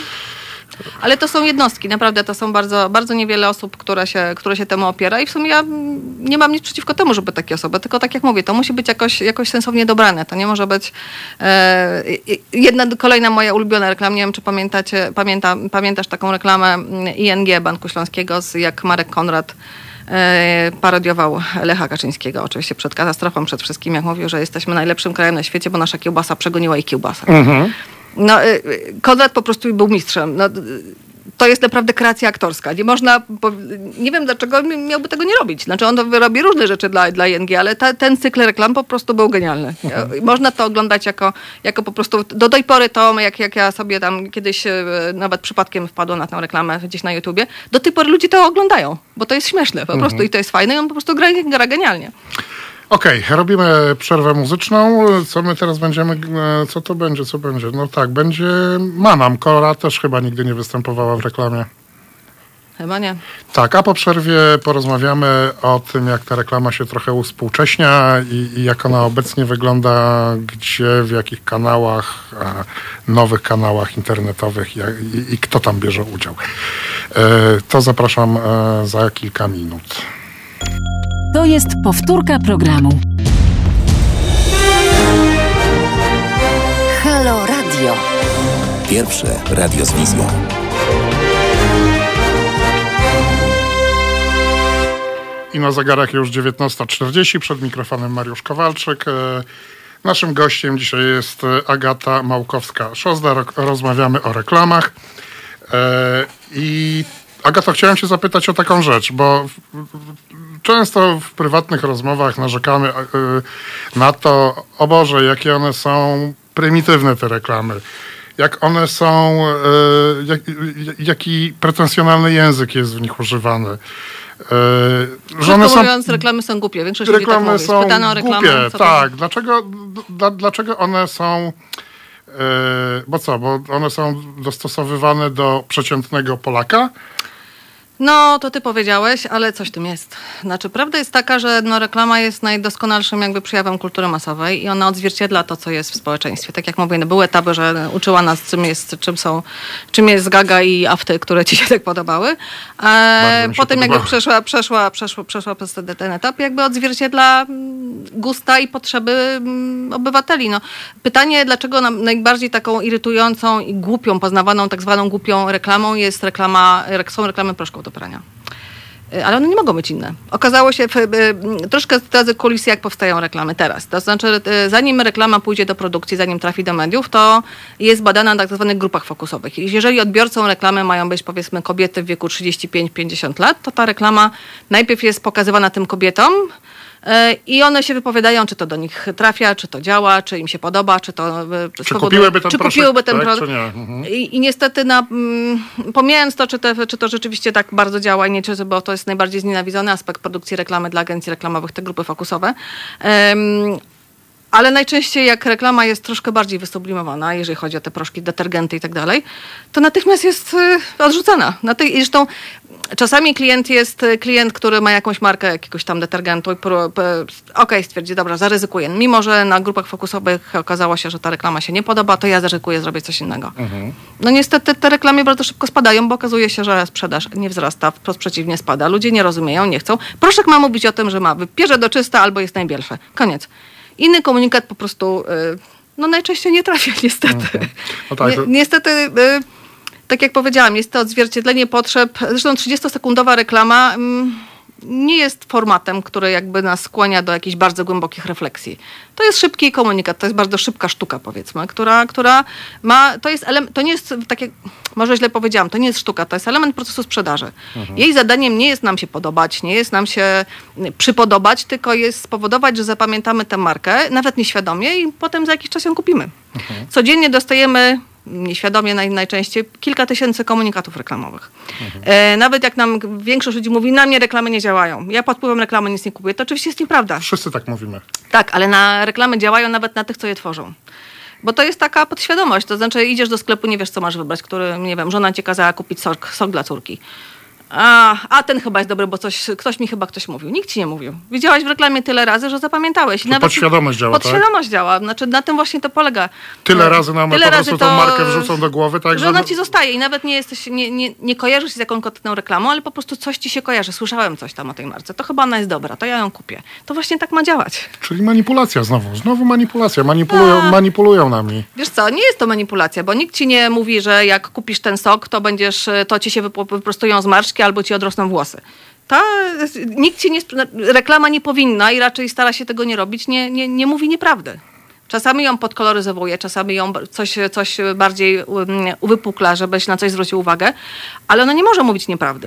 Ale to są jednostki, naprawdę to są bardzo, bardzo niewiele osób, które się, które się temu opiera i w sumie ja nie mam nic przeciwko temu, żeby takie osoby, tylko tak jak mówię, to musi być jakoś, jakoś sensownie dobrane, to nie może być e, jedna kolejna moja ulubiona reklama, nie wiem czy pamiętacie, pamięta, pamiętasz taką reklamę I N G Banku Śląskiego, z, jak Marek Konrad e, parodiował Lecha Kaczyńskiego, oczywiście przed katastrofą, przed wszystkim, jak mówił, że jesteśmy najlepszym krajem na świecie, bo nasza kiełbasa przegoniła ich kiełbasę. Mhm. No, Konrad po prostu był mistrzem. No, to jest naprawdę kreacja aktorska. Nie można, nie wiem dlaczego miałby tego nie robić. Znaczy on robi różne rzeczy dla, dla I N G, ale ta, ten cykl reklam po prostu był genialny. Mhm. Można to oglądać jako, jako po prostu, do tej pory to, jak, jak ja sobie tam kiedyś nawet przypadkiem wpadłam na tę reklamę gdzieś na YouTubie, do tej pory ludzie to oglądają, bo to jest śmieszne po prostu mhm. i to jest fajne i on po prostu gra, gra genialnie. Okej, okay, robimy przerwę muzyczną. Co my teraz będziemy, co to będzie, co będzie? No tak, będzie Manam. Kora też chyba nigdy nie występowała w reklamie. Chyba nie. Tak, a po przerwie porozmawiamy o tym, jak ta reklama się trochę uspółcześnia i, i jak ona obecnie wygląda, gdzie, w jakich kanałach, nowych kanałach internetowych i, i, i kto tam bierze udział. To zapraszam za kilka minut. To jest powtórka programu. Halo Radio. Pierwsze radio z wizją. I na zegarach już dziewiętnasta czterdzieści, przed mikrofonem Mariusz Kowalczyk. Naszym gościem dzisiaj jest Agata Małkowska-Szozda. Rozmawiamy o reklamach. I Agato, chciałem cię zapytać o taką rzecz, bo często w prywatnych rozmowach narzekamy na to, o Boże, jakie one są prymitywne te reklamy. jak one są, y, jak, jaki pretensjonalny język jest w nich używany. Yy, że one są, mówiąc, reklamy są głupie. Większość ludzi tak mówi. Są Spytano o reklamę, głupie, tak. Dlaczego, d- dlaczego one są... Yy, bo co? Bo one są dostosowywane do przeciętnego Polaka? No, to ty powiedziałeś, ale coś w tym jest. Znaczy, prawda jest taka, że no, reklama jest najdoskonalszym jakby przejawem kultury masowej i ona odzwierciedla to, co jest w społeczeństwie. Tak jak mówię, no, były etapy, że uczyła nas, czym jest, czym są, czym jest gaga i afty, które ci się tak podobały. E, potem jakby przeszła, przeszła, przeszła, przeszła przez ten, ten etap, jakby odzwierciedla gusta i potrzeby obywateli. No, pytanie, dlaczego nam najbardziej taką irytującą i głupią, poznawaną tak zwaną głupią reklamą jest reklama, są reklamy proszków do prania. Ale one nie mogą być inne. Okazało się, troszkę zdradzę kulisy, jak powstają reklamy teraz. To znaczy, zanim reklama pójdzie do produkcji, zanim trafi do mediów, to jest badana na tak zwanych grupach fokusowych. Jeżeli odbiorcą reklamy mają być, powiedzmy, kobiety w wieku trzydzieści pięć do pięćdziesięciu lat, to ta reklama najpierw jest pokazywana tym kobietom i one się wypowiadają, czy to do nich trafia, czy to działa, czy im się podoba, czy to czy spowoduje, kupiłyby ten, czy proszek, kupiłyby ten tak, produkt. Czy nie? Mhm. I, I niestety, na, mm, pomijając to czy, te, czy to rzeczywiście tak bardzo działa i nie, czy, bo to jest najbardziej znienawidzony aspekt produkcji reklamy dla agencji reklamowych, te grupy fokusowe. Um, Ale najczęściej jak reklama jest troszkę bardziej wysublimowana, jeżeli chodzi o te proszki, detergenty i tak dalej, to natychmiast jest y, odrzucana. Na tej, zresztą czasami klient jest klient, który ma jakąś markę jakiegoś tam detergentu i okej, okay, stwierdzi, dobra, zaryzykuję. Mimo że na grupach fokusowych okazało się, że ta reklama się nie podoba, to ja zaryzykuję zrobić coś innego. Mhm. No niestety te reklamy bardzo szybko spadają, bo okazuje się, że sprzedaż nie wzrasta, wprost przeciwnie spada. Ludzie nie rozumieją, nie chcą. Proszek ma mówić o tym, że ma pierze do czysta albo jest najbielsze. Koniec. Inny komunikat po prostu no najczęściej nie trafia, niestety. Okay. No tak, Ni- niestety, tak jak powiedziałam, jest to odzwierciedlenie potrzeb. Zresztą trzydziestosekundowa reklama nie jest formatem, który jakby nas skłania do jakichś bardzo głębokich refleksji. To jest szybki komunikat, to jest bardzo szybka sztuka, powiedzmy, która, która ma, to jest element, to nie jest takie, może źle powiedziałam, to nie jest sztuka, to jest element procesu sprzedaży. Mhm. Jej zadaniem nie jest nam się podobać, nie jest nam się przypodobać, tylko jest spowodować, że zapamiętamy tę markę, nawet nieświadomie i potem za jakiś czas ją kupimy. Mhm. Codziennie dostajemy nieświadomie naj, najczęściej kilka tysięcy komunikatów reklamowych. Mhm. E, nawet jak nam większość ludzi mówi, na mnie reklamy nie działają. Ja pod wpływem reklamy nic nie kupuję. To oczywiście jest nieprawda. Wszyscy tak mówimy. Tak, ale na reklamy działają nawet na tych, co je tworzą. Bo to jest taka podświadomość. To znaczy idziesz do sklepu, nie wiesz, co masz wybrać, który, nie wiem, żona cię kazała kupić sok, sok dla córki. A, a ten chyba jest dobry, bo coś, ktoś mi chyba ktoś mówił. Nikt ci nie mówił. Widziałaś w reklamie tyle razy, że zapamiętałeś. Nawet podświadomość działa, Podświadomość tak? działa. Znaczy na tym właśnie to polega. Tyle razy nam tyle po prostu tą markę wrzucą do głowy, tak? Że ona ci zostaje i nawet nie jesteś, nie, nie, nie kojarzysz się z jaką konkretną reklamą, ale po prostu coś ci się kojarzy. Słyszałem coś tam o tej marce. To chyba ona jest dobra, to ja ją kupię. To właśnie tak ma działać. Czyli manipulacja znowu. Znowu manipulacja. Manipulują, a, manipulują nami. Wiesz co, nie jest to manipulacja, bo nikt ci nie mówi, że jak kupisz ten sok, to będziesz, to ci się wyprostują zmarszczki albo ci odrosną włosy. Ta, nikt ci nie, reklama nie powinna i raczej stara się tego nie robić, nie, nie, nie mówi nieprawdy. Czasami ją podkoloryzowuje, czasami ją coś, coś bardziej uwypukla, żebyś na coś zwrócił uwagę, ale ona nie może mówić nieprawdy.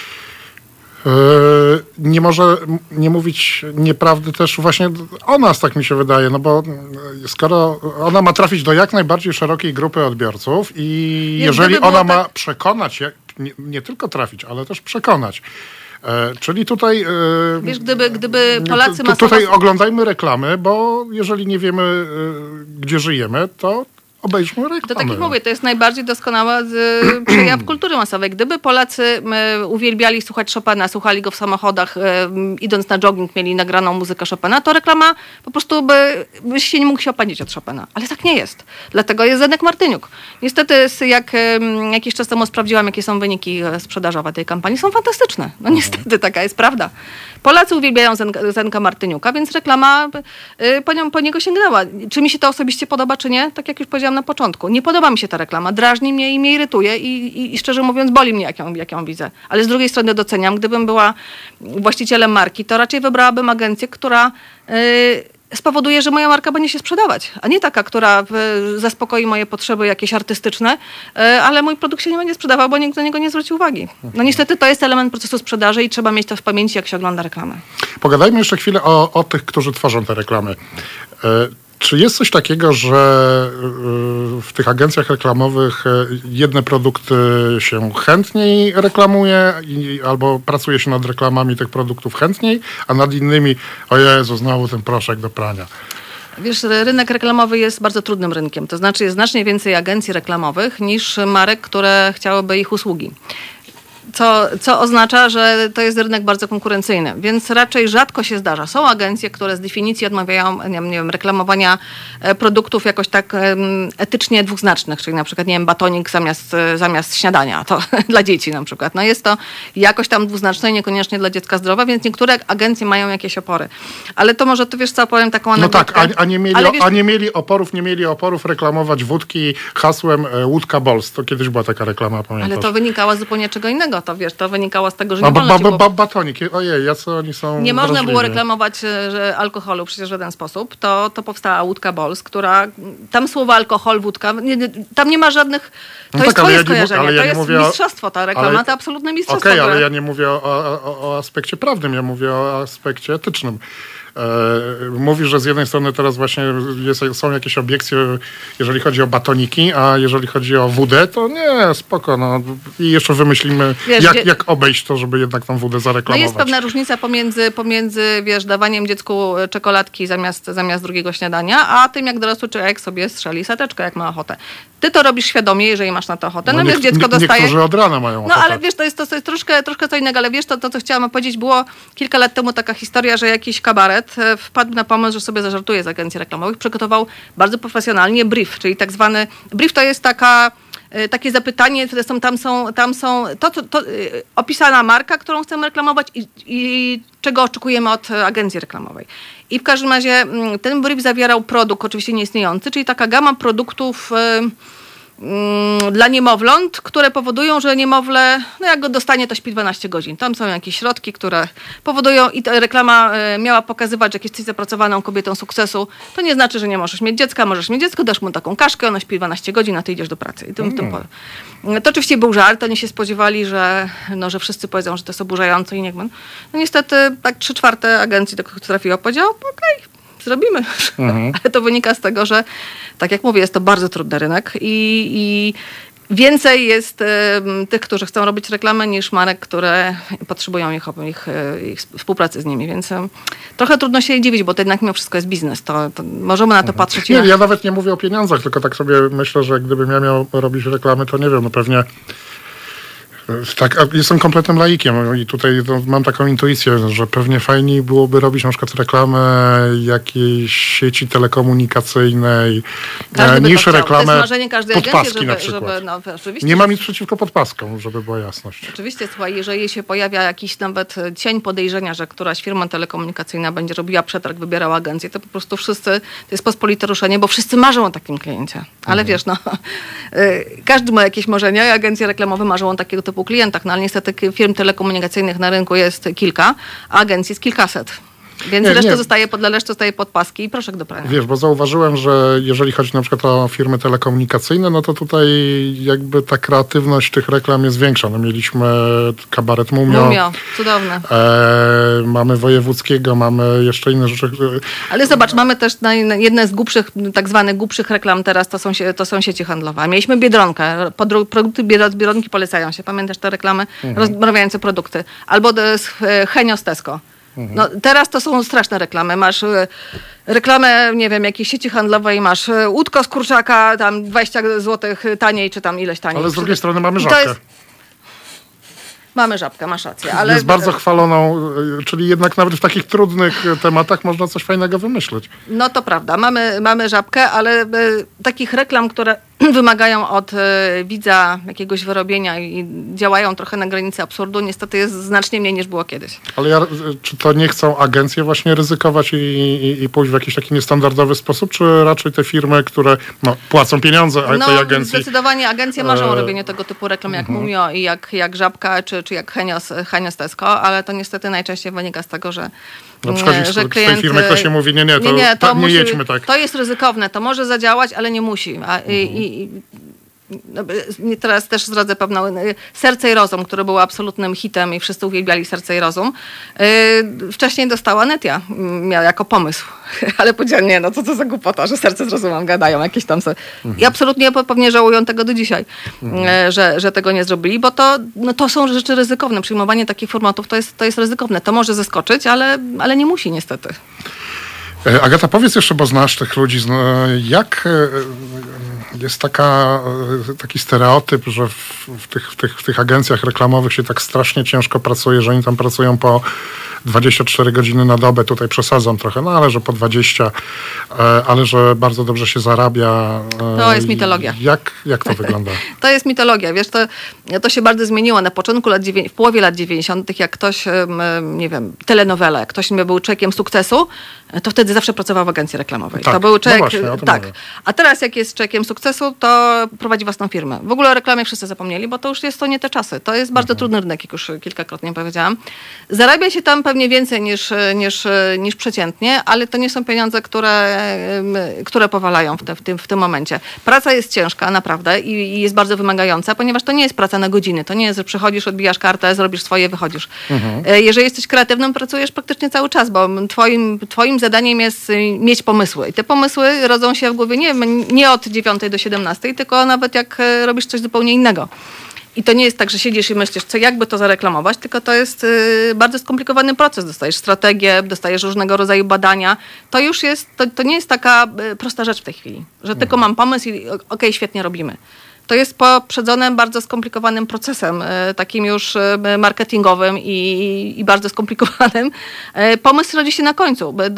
Yy, nie może nie mówić nieprawdy też właśnie o nas, tak mi się wydaje, no bo skoro ona ma trafić do jak najbardziej szerokiej grupy odbiorców i nie, jeżeli ona tak... ma przekonać, nie, nie tylko trafić, ale też przekonać. E, czyli tutaj... E, Wiesz, gdyby, gdyby Polacy masowo... Tutaj oglądajmy reklamy, bo jeżeli nie wiemy, e, gdzie żyjemy, to obejrzmy reklamy. To tak jak mówię, to jest najbardziej doskonały y, przejaw kultury masowej. Gdyby Polacy y, uwielbiali słuchać Chopina, słuchali go w samochodach, y, idąc na jogging, mieli nagraną muzykę Chopina, to reklama po prostu by, by się nie mógł się opędzić od Chopina. Ale tak nie jest. Dlatego jest Zenek Martyniuk. Niestety, jak y, jakiś czas temu sprawdziłam, jakie są wyniki sprzedażowe tej kampanii, są fantastyczne. No niestety, taka jest prawda. Polacy uwielbiają Zenka, Zenka Martyniuka, więc reklama y, po, nią, po niego sięgnęła. Czy mi się to osobiście podoba, czy nie? Tak jak już powiedziałam na początku. Nie podoba mi się ta reklama. Drażni mnie i mnie irytuje i, i, i szczerze mówiąc boli mnie, jak ją, jak ją widzę. Ale z drugiej strony doceniam, gdybym była właścicielem marki, to raczej wybrałabym agencję, która y, spowoduje, że moja marka będzie się sprzedawać, a nie taka, która y, zaspokoi moje potrzeby jakieś artystyczne, y, ale mój produkt się nie będzie sprzedawał, bo nikt na niego nie zwróci uwagi. No niestety to jest element procesu sprzedaży i trzeba mieć to w pamięci, jak się ogląda reklamę. Pogadajmy jeszcze chwilę o, o tych, którzy tworzą te reklamy. Y, Czy jest coś takiego, że w tych agencjach reklamowych jedne produkty się chętniej reklamuje i, albo pracuje się nad reklamami tych produktów chętniej, a nad innymi, o Jezu, znowu ten proszek do prania? Wiesz, rynek reklamowy jest bardzo trudnym rynkiem. To znaczy jest znacznie więcej agencji reklamowych niż marek, które chciałyby ich usługi. Co, co oznacza, że to jest rynek bardzo konkurencyjny, więc raczej rzadko się zdarza. Są agencje, które z definicji odmawiają nie wiem, nie wiem, reklamowania produktów jakoś tak etycznie dwuznacznych, czyli na przykład, nie wiem, batonik zamiast, zamiast śniadania, to dla dzieci na przykład. No jest to jakoś tam dwuznaczne i niekoniecznie dla dziecka zdrowe, więc niektóre agencje mają jakieś opory. Ale to może, to wiesz co, powiem taką anegdotkę. No tak, a, a, nie mieli, wiesz, a nie mieli oporów, nie mieli oporów reklamować wódki hasłem e, Łódka Bols. To kiedyś była taka reklama, pamiętasz? Ale to wynikało z zupełnie czego innego. To wiesz, to wynikało z tego, że nie a, wolno ba, ci ba, było... ba, Batonik, ojej, jacy oni są Nie można wrażliwi. było reklamować że alkoholu przecież w żaden sposób. To, to powstała Łódka Bols, która... Tam słowo alkohol, wódka, nie, tam nie ma żadnych... To no jest tak, twoje ja skojarzenie, ale ja to jest mówię mistrzostwo, ta reklama, ale... to absolutne mistrzostwo. Okej, okay, ale które... ja nie mówię o, o, o aspekcie prawnym, ja mówię o aspekcie etycznym. E, mówi, że z jednej strony teraz właśnie jest, są jakieś obiekcje, jeżeli chodzi o batoniki, a jeżeli chodzi o wódę, to nie, spoko. No. I jeszcze wymyślimy, wiesz, jak, gdzie... jak obejść to, żeby jednak tą wódę zareklamować. No jest pewna różnica pomiędzy, pomiędzy wiesz, dawaniem dziecku czekoladki zamiast, zamiast drugiego śniadania, a tym, jak dorosły człowiek sobie strzeli sateczkę, jak ma ochotę. Ty to robisz świadomie, jeżeli masz na to ochotę. No, no wiesz, dziecko nie, dostaje... Niektórzy od rana mają ochotę. No ale wiesz, to jest, to jest troszkę, troszkę co innego, ale wiesz, to, to co chciałam powiedzieć, było kilka lat temu taka historia, że jakiś kabaret wpadł na pomysł, że sobie zażartuje z agencji reklamowych, przygotował bardzo profesjonalnie brief, czyli tak zwany... Brief to jest taka... takie zapytanie, które są, tam są, tam są to, to, to, opisana marka, którą chcemy reklamować i, i czego oczekujemy od agencji reklamowej. I w każdym razie ten brief zawierał produkt, oczywiście nieistniejący, czyli taka gama produktów dla niemowląt, które powodują, że niemowlę, no jak go dostanie, to śpi dwanaście godzin. Tam są jakieś środki, które powodują i ta reklama miała pokazywać, że jak jesteś zapracowaną kobietą sukcesu, to nie znaczy, że nie możesz mieć dziecka, możesz mieć dziecko, dasz mu taką kaszkę, ono śpi dwanaście godzin, a ty idziesz do pracy. I tym, mm. tym po... To oczywiście był żart, oni się spodziewali, że, no, że wszyscy powiedzą, że to jest oburzające i niech no niestety tak trzy czwarte agencji, do których trafiło, powiedział, okej, okay, zrobimy. Mhm. Ale to wynika z tego, że tak jak mówię, jest to bardzo trudny rynek i, i więcej jest y, tych, którzy chcą robić reklamę, niż marek, które potrzebują ich, ich, ich współpracy z nimi. Więc y, trochę trudno się dziwić, bo to jednak mimo wszystko jest biznes. To, to możemy na to mhm. patrzeć. Nie, na... Ja nawet nie mówię o pieniądzach, tylko tak sobie myślę, że gdybym ja miał robić reklamy, to nie wiem, no pewnie tak, jestem kompletnym laikiem i tutaj no, mam taką intuicję, że pewnie fajniej byłoby robić na przykład reklamę jakiejś sieci telekomunikacyjnej niż reklamę podpaski żeby, na przykład. Żeby, no, nie mam nic przeciwko podpaskom, żeby była jasność. Oczywiście, słuchaj, jeżeli się pojawia jakiś nawet cień podejrzenia, że któraś firma telekomunikacyjna będzie robiła przetarg, wybierała agencję, to po prostu wszyscy, to jest pospolite ruszenie, bo wszyscy marzą o takim kliencie. Ale mhm. wiesz, no, każdy ma jakieś marzenia i agencje reklamowe marzą o takiego typu klientach, no ale niestety firm telekomunikacyjnych na rynku jest kilka, a agencji jest kilkaset. Więc nie, reszta nie. zostaje pod, reszta zostaje pod paski i proszek do prania. Wiesz, bo zauważyłem, że jeżeli chodzi na przykład o firmy telekomunikacyjne, no to tutaj jakby ta kreatywność tych reklam jest większa. No mieliśmy kabaret Mumio. Mumio, cudowne. E, mamy Wojewódzkiego, mamy jeszcze inne rzeczy. Ale zobacz, mamy też na, na jedne z głupszych, tak zwanych głupszych reklam teraz, to są, to są sieci handlowe. Mieliśmy Biedronkę. Podru, produkty Biedronki polecają się. Pamiętasz te reklamy? Mhm. Rozmawiające produkty. Albo Henio z Tesco. No, teraz to są straszne reklamy. Masz y, reklamę, nie wiem, jakiejś sieci handlowej, masz y, łódko z kurczaka, tam dwadzieścia złotych taniej, czy tam ileś taniej. Ale z drugiej strony mamy żabkę. Jest... Mamy żabkę, masz rację. Ale... Jest bardzo chwaloną, czyli jednak nawet w takich trudnych tematach można coś fajnego wymyśleć. No to prawda, mamy, mamy żabkę, ale y, takich reklam, które wymagają od y, widza jakiegoś wyrobienia i działają trochę na granicy absurdu, niestety jest znacznie mniej niż było kiedyś. Ale ja, czy to nie chcą agencje właśnie ryzykować i, i, i pójść w jakiś taki niestandardowy sposób, czy raczej te firmy, które no, płacą pieniądze a no, tej agencji? Zdecydowanie agencje marzą o robieniu tego typu reklam jak uh-huh. Mumio i jak, jak Żabka, czy, czy jak Henios, Henios Tesco, ale to niestety najczęściej wynika z tego, że na przykład że z klienty, tej firmy ktoś się mówi, nie, nie, to, nie, nie, to, to nie musi, jedźmy tak. To jest ryzykowne, to może zadziałać, ale nie musi. A, uh-huh. i, i, Teraz też zdradzę pewną Serce i Rozum, które było absolutnym hitem i wszyscy uwielbiali Serce i Rozum. Wcześniej dostała Netia, miała jako pomysł, ale powiedziała, nie, no co to za głupota, że Serce z Rozumem gadają jakieś tam... Mhm. I absolutnie pewnie żałują tego do dzisiaj, mhm. że, że tego nie zrobili, bo to, no to są rzeczy ryzykowne. Przyjmowanie takich formatów to jest, to jest ryzykowne. To może zaskoczyć, ale, ale nie musi niestety. Agata, powiedz jeszcze, bo znasz tych ludzi, jak jest taka, taki stereotyp, że w, w, tych, w, tych, w tych agencjach reklamowych się tak strasznie ciężko pracuje, że oni tam pracują po dwadzieścia cztery godziny na dobę, tutaj przesadzam trochę, no ale że po dwadzieścia, ale że bardzo dobrze się zarabia. To jest mitologia. Jak, jak to wygląda? To jest mitologia, wiesz, to, to się bardzo zmieniło. Na początku lat dziewięćdziesiątych, w połowie lat dziewięćdziesiątych, jak ktoś, nie wiem, telenowela, jak ktoś był człowiekiem sukcesu, to wtedy zawsze pracował w agencji reklamowej. Tak, to był człowiek, no właśnie, o tym tak. mówię. A teraz jak jest człowiekiem sukcesu, to prowadzi własną firmę. W ogóle o reklamie wszyscy zapomnieli, bo to już jest to nie te czasy. To jest bardzo mhm. trudny rynek, jak już kilkakrotnie powiedziałam. Zarabia się tam pewnie więcej niż, niż, niż przeciętnie, ale to nie są pieniądze, które, które powalają w, te, w, tym, w tym momencie. Praca jest ciężka, naprawdę, i, i jest bardzo wymagająca, ponieważ to nie jest praca na godziny. To nie jest, że przychodzisz, odbijasz kartę, zrobisz swoje, wychodzisz. Mhm. Jeżeli jesteś kreatywnym, pracujesz praktycznie cały czas, bo twoim, twoim zadaniem jest mieć pomysły. I te pomysły rodzą się w głowie nie, nie od dziewiątej do siedemnastej, tylko nawet jak robisz coś zupełnie innego. I to nie jest tak, że siedzisz i myślisz, co jakby to zareklamować, tylko to jest y, bardzo skomplikowany proces. Dostajesz strategię, dostajesz różnego rodzaju badania. To już jest, to, to nie jest taka y, prosta rzecz w tej chwili, że mhm. tylko mam pomysł i okej, okay, świetnie robimy. To jest poprzedzone bardzo skomplikowanym procesem, y, takim już y, marketingowym i, i bardzo skomplikowanym. Y, pomysł rodzi się na końcu. Do,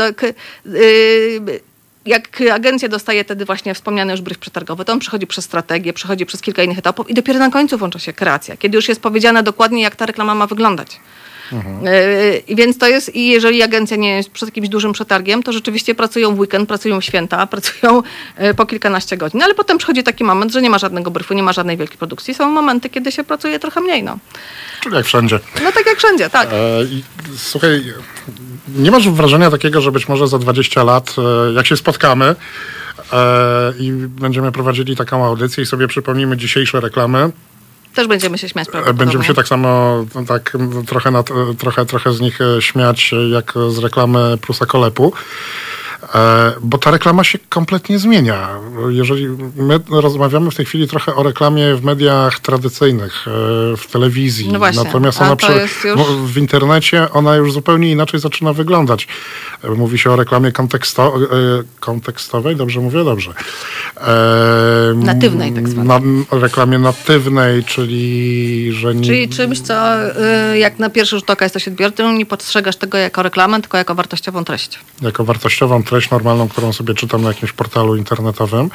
y, Jak agencja dostaje wtedy właśnie wspomniany już brief przetargowy, to on przechodzi przez strategię, przechodzi przez kilka innych etapów i dopiero na końcu włącza się kreacja, kiedy już jest powiedziane dokładnie, jak ta reklama ma wyglądać. Mhm. Yy, więc to jest, i jeżeli agencja nie jest przed jakimś dużym przetargiem, to rzeczywiście pracują w weekend, pracują w święta, pracują yy, po kilkanaście godzin, ale potem przychodzi taki moment, że nie ma żadnego briefu, nie ma żadnej wielkiej produkcji. Są momenty, kiedy się pracuje trochę mniej. No. Czyli jak wszędzie. No tak jak wszędzie, tak. E, i, słuchaj, nie masz wrażenia takiego, że być może za dwadzieścia lat, e, jak się spotkamy e, i będziemy prowadzili taką audycję i sobie przypomnimy dzisiejsze reklamy, też będziemy się śmiać prawdopodobnie. Będziemy się tak samo tak, trochę, nad, trochę, trochę z nich śmiać, jak z reklamy Prusa Kolepu. Bo ta reklama się kompletnie zmienia. Jeżeli my rozmawiamy w tej chwili trochę o reklamie w mediach tradycyjnych, w telewizji, no właśnie, natomiast ona przy, już... w internecie ona już zupełnie inaczej zaczyna wyglądać. Mówi się o reklamie konteksto, kontekstowej, dobrze mówię? Dobrze. Natywnej tak zwanej. Na, reklamie natywnej, czyli... Że nie... Czyli czymś, co jak na pierwszy rzut oka jesteś odbiorcą, nie postrzegasz tego jako reklamę, tylko jako wartościową treść. Jako wartościową treść normalną, którą sobie czytam na jakimś portalu internetowym.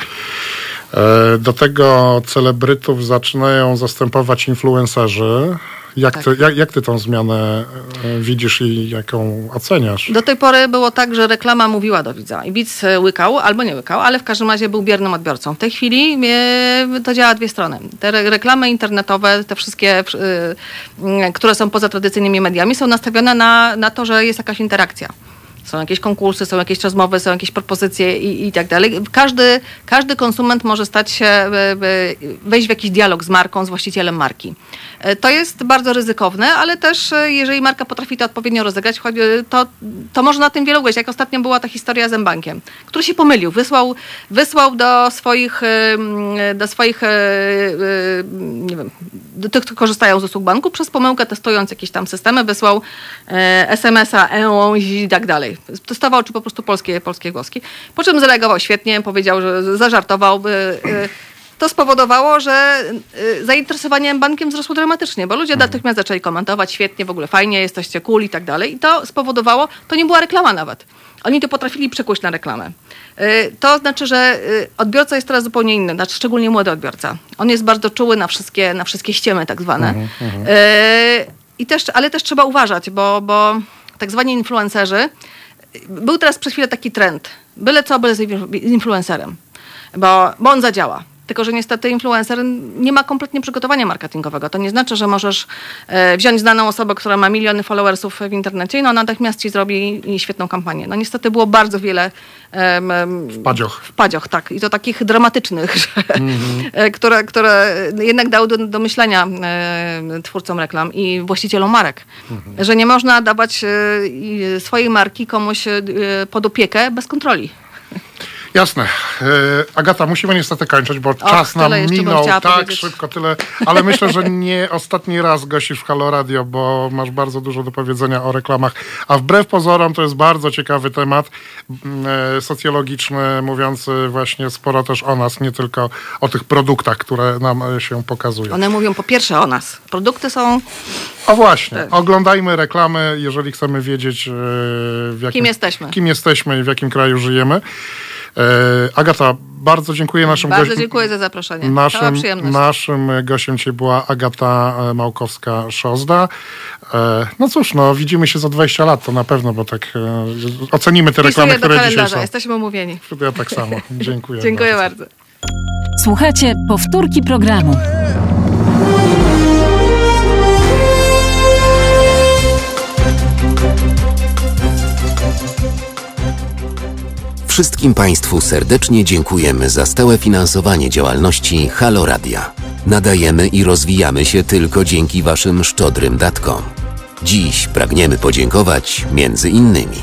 Do tego celebrytów zaczynają zastępować influencerzy. Jak, tak. ty, jak, jak ty tą zmianę widzisz i jaką oceniasz? Do tej pory było tak, że reklama mówiła do widza i widz łykał albo nie łykał, ale w każdym razie był biernym odbiorcą. W tej chwili to działa dwie strony. Te reklamy internetowe, te wszystkie, które są poza tradycyjnymi mediami, są nastawione na, na to, że jest jakaś interakcja. Są jakieś konkursy, są jakieś rozmowy, są jakieś propozycje i, i tak dalej. Każdy, każdy konsument może stać się, wejść w jakiś dialog z marką, z właścicielem marki. To jest bardzo ryzykowne, ale też jeżeli marka potrafi to odpowiednio rozegrać, to, to może na tym wiele ugryźć. Jak ostatnio była ta historia z M-Bankiem, który się pomylił. Wysłał, wysłał do swoich, do swoich nie wiem, do tych, którzy korzystają z usług banku, przez pomyłkę testując jakieś tam systemy, wysłał es em es a i tak dalej. Testował, czy po prostu polskie, polskie głoski. Po czym zareagował świetnie, powiedział, że zażartował. To spowodowało, że zainteresowanie bankiem wzrosło dramatycznie, bo ludzie natychmiast zaczęli komentować, świetnie, w ogóle fajnie, jesteście cool i tak dalej. I to spowodowało, to nie była reklama nawet. Oni to potrafili przekuć na reklamę. To znaczy, że odbiorca jest teraz zupełnie inny, znaczy szczególnie młody odbiorca. On jest bardzo czuły na wszystkie, na wszystkie ściemy tak zwane. Uh-huh, uh-huh. I też, ale też trzeba uważać, bo, bo tak zwani influencerzy, był teraz przez chwilę taki trend, byle co, byle z influencerem, bo, bo on zadziała. Tylko że niestety influencer nie ma kompletnie przygotowania marketingowego. To nie znaczy, że możesz e, wziąć znaną osobę, która ma miliony followersów w internecie i no natychmiast ci zrobi świetną kampanię. No niestety było bardzo wiele um, wpadzioch. Wpadzioch, tak. I to takich dramatycznych, że, mm-hmm. które, które jednak dały do, do myślenia e, twórcom reklam i właścicielom marek. Mm-hmm. Że nie można dawać e, swojej marki komuś e, pod opiekę bez kontroli. Jasne. E, Agata, musimy niestety kończyć, bo Och, czas nam minął tak powiedzieć. szybko, tyle, ale myślę, że nie ostatni raz gościsz w Halo Radio, bo masz bardzo dużo do powiedzenia o reklamach, a wbrew pozorom to jest bardzo ciekawy temat e, socjologiczny, mówiący właśnie sporo też o nas, nie tylko o tych produktach, które nam się pokazują. One mówią po pierwsze o nas. Produkty są... O właśnie, oglądajmy reklamy, jeżeli chcemy wiedzieć e, w jakim, kim jesteśmy. Kim jesteśmy i w jakim kraju żyjemy. Agata, bardzo dziękuję naszym gościom. Bardzo dziękuję za zaproszenie. Naszym, naszym gościem dzisiaj była Agata Małkowska-Szozda. No cóż, no widzimy się za dwadzieścia lat, to na pewno, bo tak ocenimy te reklamy, które dzisiaj są. Jesteśmy umówieni. Ja tak samo. Dziękuję. Dziękuję bardzo. bardzo. Słuchajcie, powtórki programu. Wszystkim Państwu serdecznie dziękujemy za stałe finansowanie działalności Halo Radia. Nadajemy i rozwijamy się tylko dzięki Waszym szczodrym datkom. Dziś pragniemy podziękować między innymi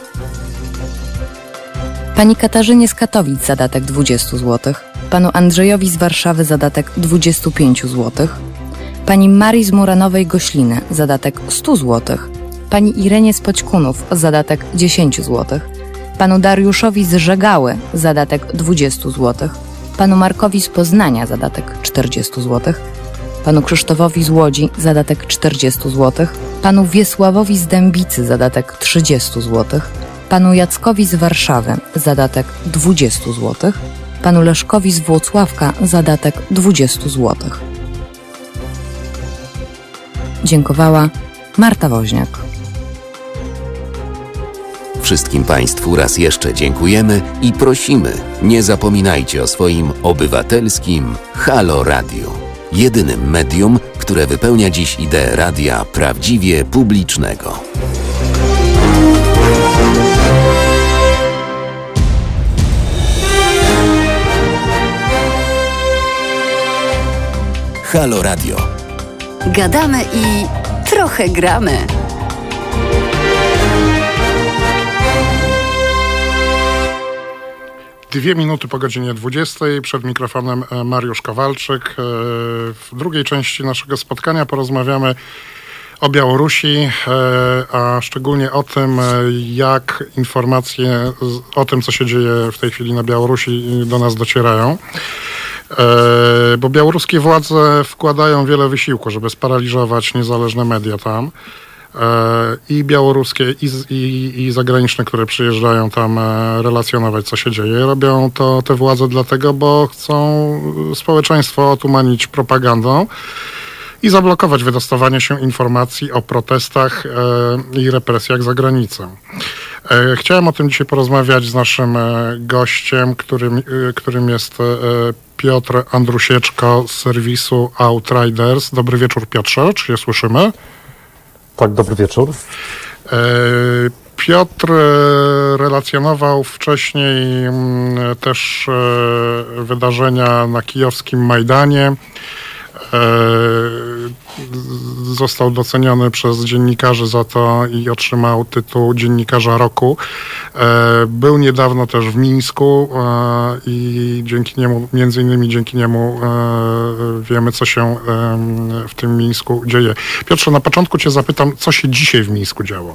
pani Katarzynie z Katowic zadatek dwadzieścia złotych, panu Andrzejowi z Warszawy zadatek dwadzieścia pięć złotych, pani Marii z Muranowej Gośliny zadatek sto złotych, pani Irenie z Poćkunów zadatek dziesięć złotych, panu Dariuszowi z Żegały zadatek dwadzieścia złotych, panu Markowi z Poznania zadatek czterdzieści złotych, panu Krzysztofowi z Łodzi zadatek czterdzieści złotych, panu Wiesławowi z Dębicy zadatek trzydzieści złotych, panu Jackowi z Warszawy zadatek dwadzieścia złotych, panu Leszkowi z Włocławka zadatek dwadzieścia złotych. Dziękowała Marta Woźniak. Wszystkim Państwu raz jeszcze dziękujemy i prosimy, nie zapominajcie o swoim obywatelskim Halo Radio. Jedynym medium, które wypełnia dziś ideę radia prawdziwie publicznego. Halo Radio. Gadamy i trochę gramy. Dwie minuty po godzinie dwudziestej. Przed mikrofonem Mariusz Kowalczyk. W drugiej części naszego spotkania porozmawiamy o Białorusi, a szczególnie o tym, jak informacje o tym, co się dzieje w tej chwili na Białorusi, do nas docierają. Bo białoruskie władze wkładają wiele wysiłku, żeby sparaliżować niezależne media tam. I białoruskie, i, i, i zagraniczne, które przyjeżdżają tam relacjonować, co się dzieje. Robią to te władze dlatego, bo chcą społeczeństwo otumanić propagandą i zablokować wydostawanie się informacji o protestach i represjach za granicą. Chciałem o tym dzisiaj porozmawiać z naszym gościem, którym, którym jest Piotr Andrusieczko z serwisu Outriders. Dobry wieczór, Piotrze, czy je słyszymy? Tak, dobry wieczór. Piotr relacjonował wcześniej też wydarzenia na kijowskim Majdanie. Został doceniony przez dziennikarzy za to i otrzymał tytuł Dziennikarza Roku. Był niedawno też w Mińsku i dzięki niemu, między innymi dzięki niemu wiemy, co się w tym Mińsku dzieje. Piotrze, na początku cię zapytam, co się dzisiaj w Mińsku działo?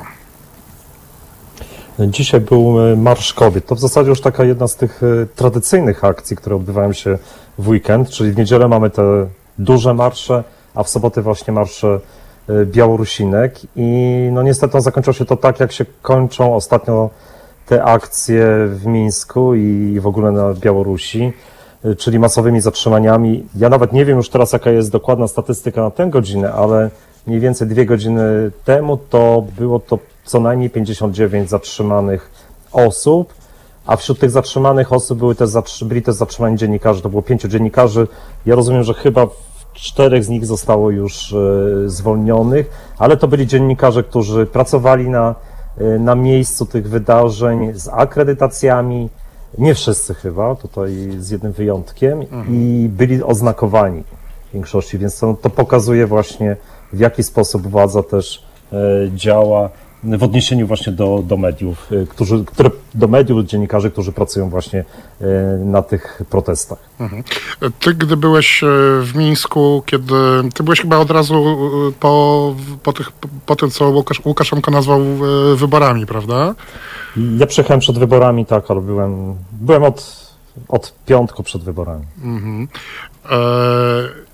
Dzisiaj był Marsz Kobiet. To w zasadzie już taka jedna z tych tradycyjnych akcji, które odbywają się w weekend, czyli w niedzielę mamy te duże marsze, a w sobotę właśnie marsze Białorusinek i no niestety zakończyło się to tak, jak się kończą ostatnio te akcje w Mińsku i w ogóle na Białorusi, czyli masowymi zatrzymaniami. Ja nawet nie wiem już teraz, jaka jest dokładna statystyka na tę godzinę, ale mniej więcej dwie godziny temu to było to co najmniej pięćdziesiąt dziewięć zatrzymanych osób. a wśród tych zatrzymanych osób były też, byli też zatrzymani dziennikarze, to było pięciu dziennikarzy. Ja rozumiem, że chyba czterech z nich zostało już zwolnionych, ale to byli dziennikarze, którzy pracowali na, na miejscu tych wydarzeń z akredytacjami, nie wszyscy chyba, tutaj z jednym wyjątkiem, mhm. i byli oznakowani w większości, więc to, to pokazuje właśnie, w jaki sposób władza też działa w odniesieniu właśnie do, do mediów, którzy, które, do mediów, dziennikarzy, którzy pracują właśnie na tych protestach. Mhm. Ty, gdy byłeś w Mińsku, kiedy ty byłeś chyba od razu po, po, tych, po tym, co Łukasz, Łukaszenko nazwał wyborami, prawda? Ja przyjechałem przed wyborami, tak, ale byłem, byłem od, od piątku przed wyborami. Mhm. E...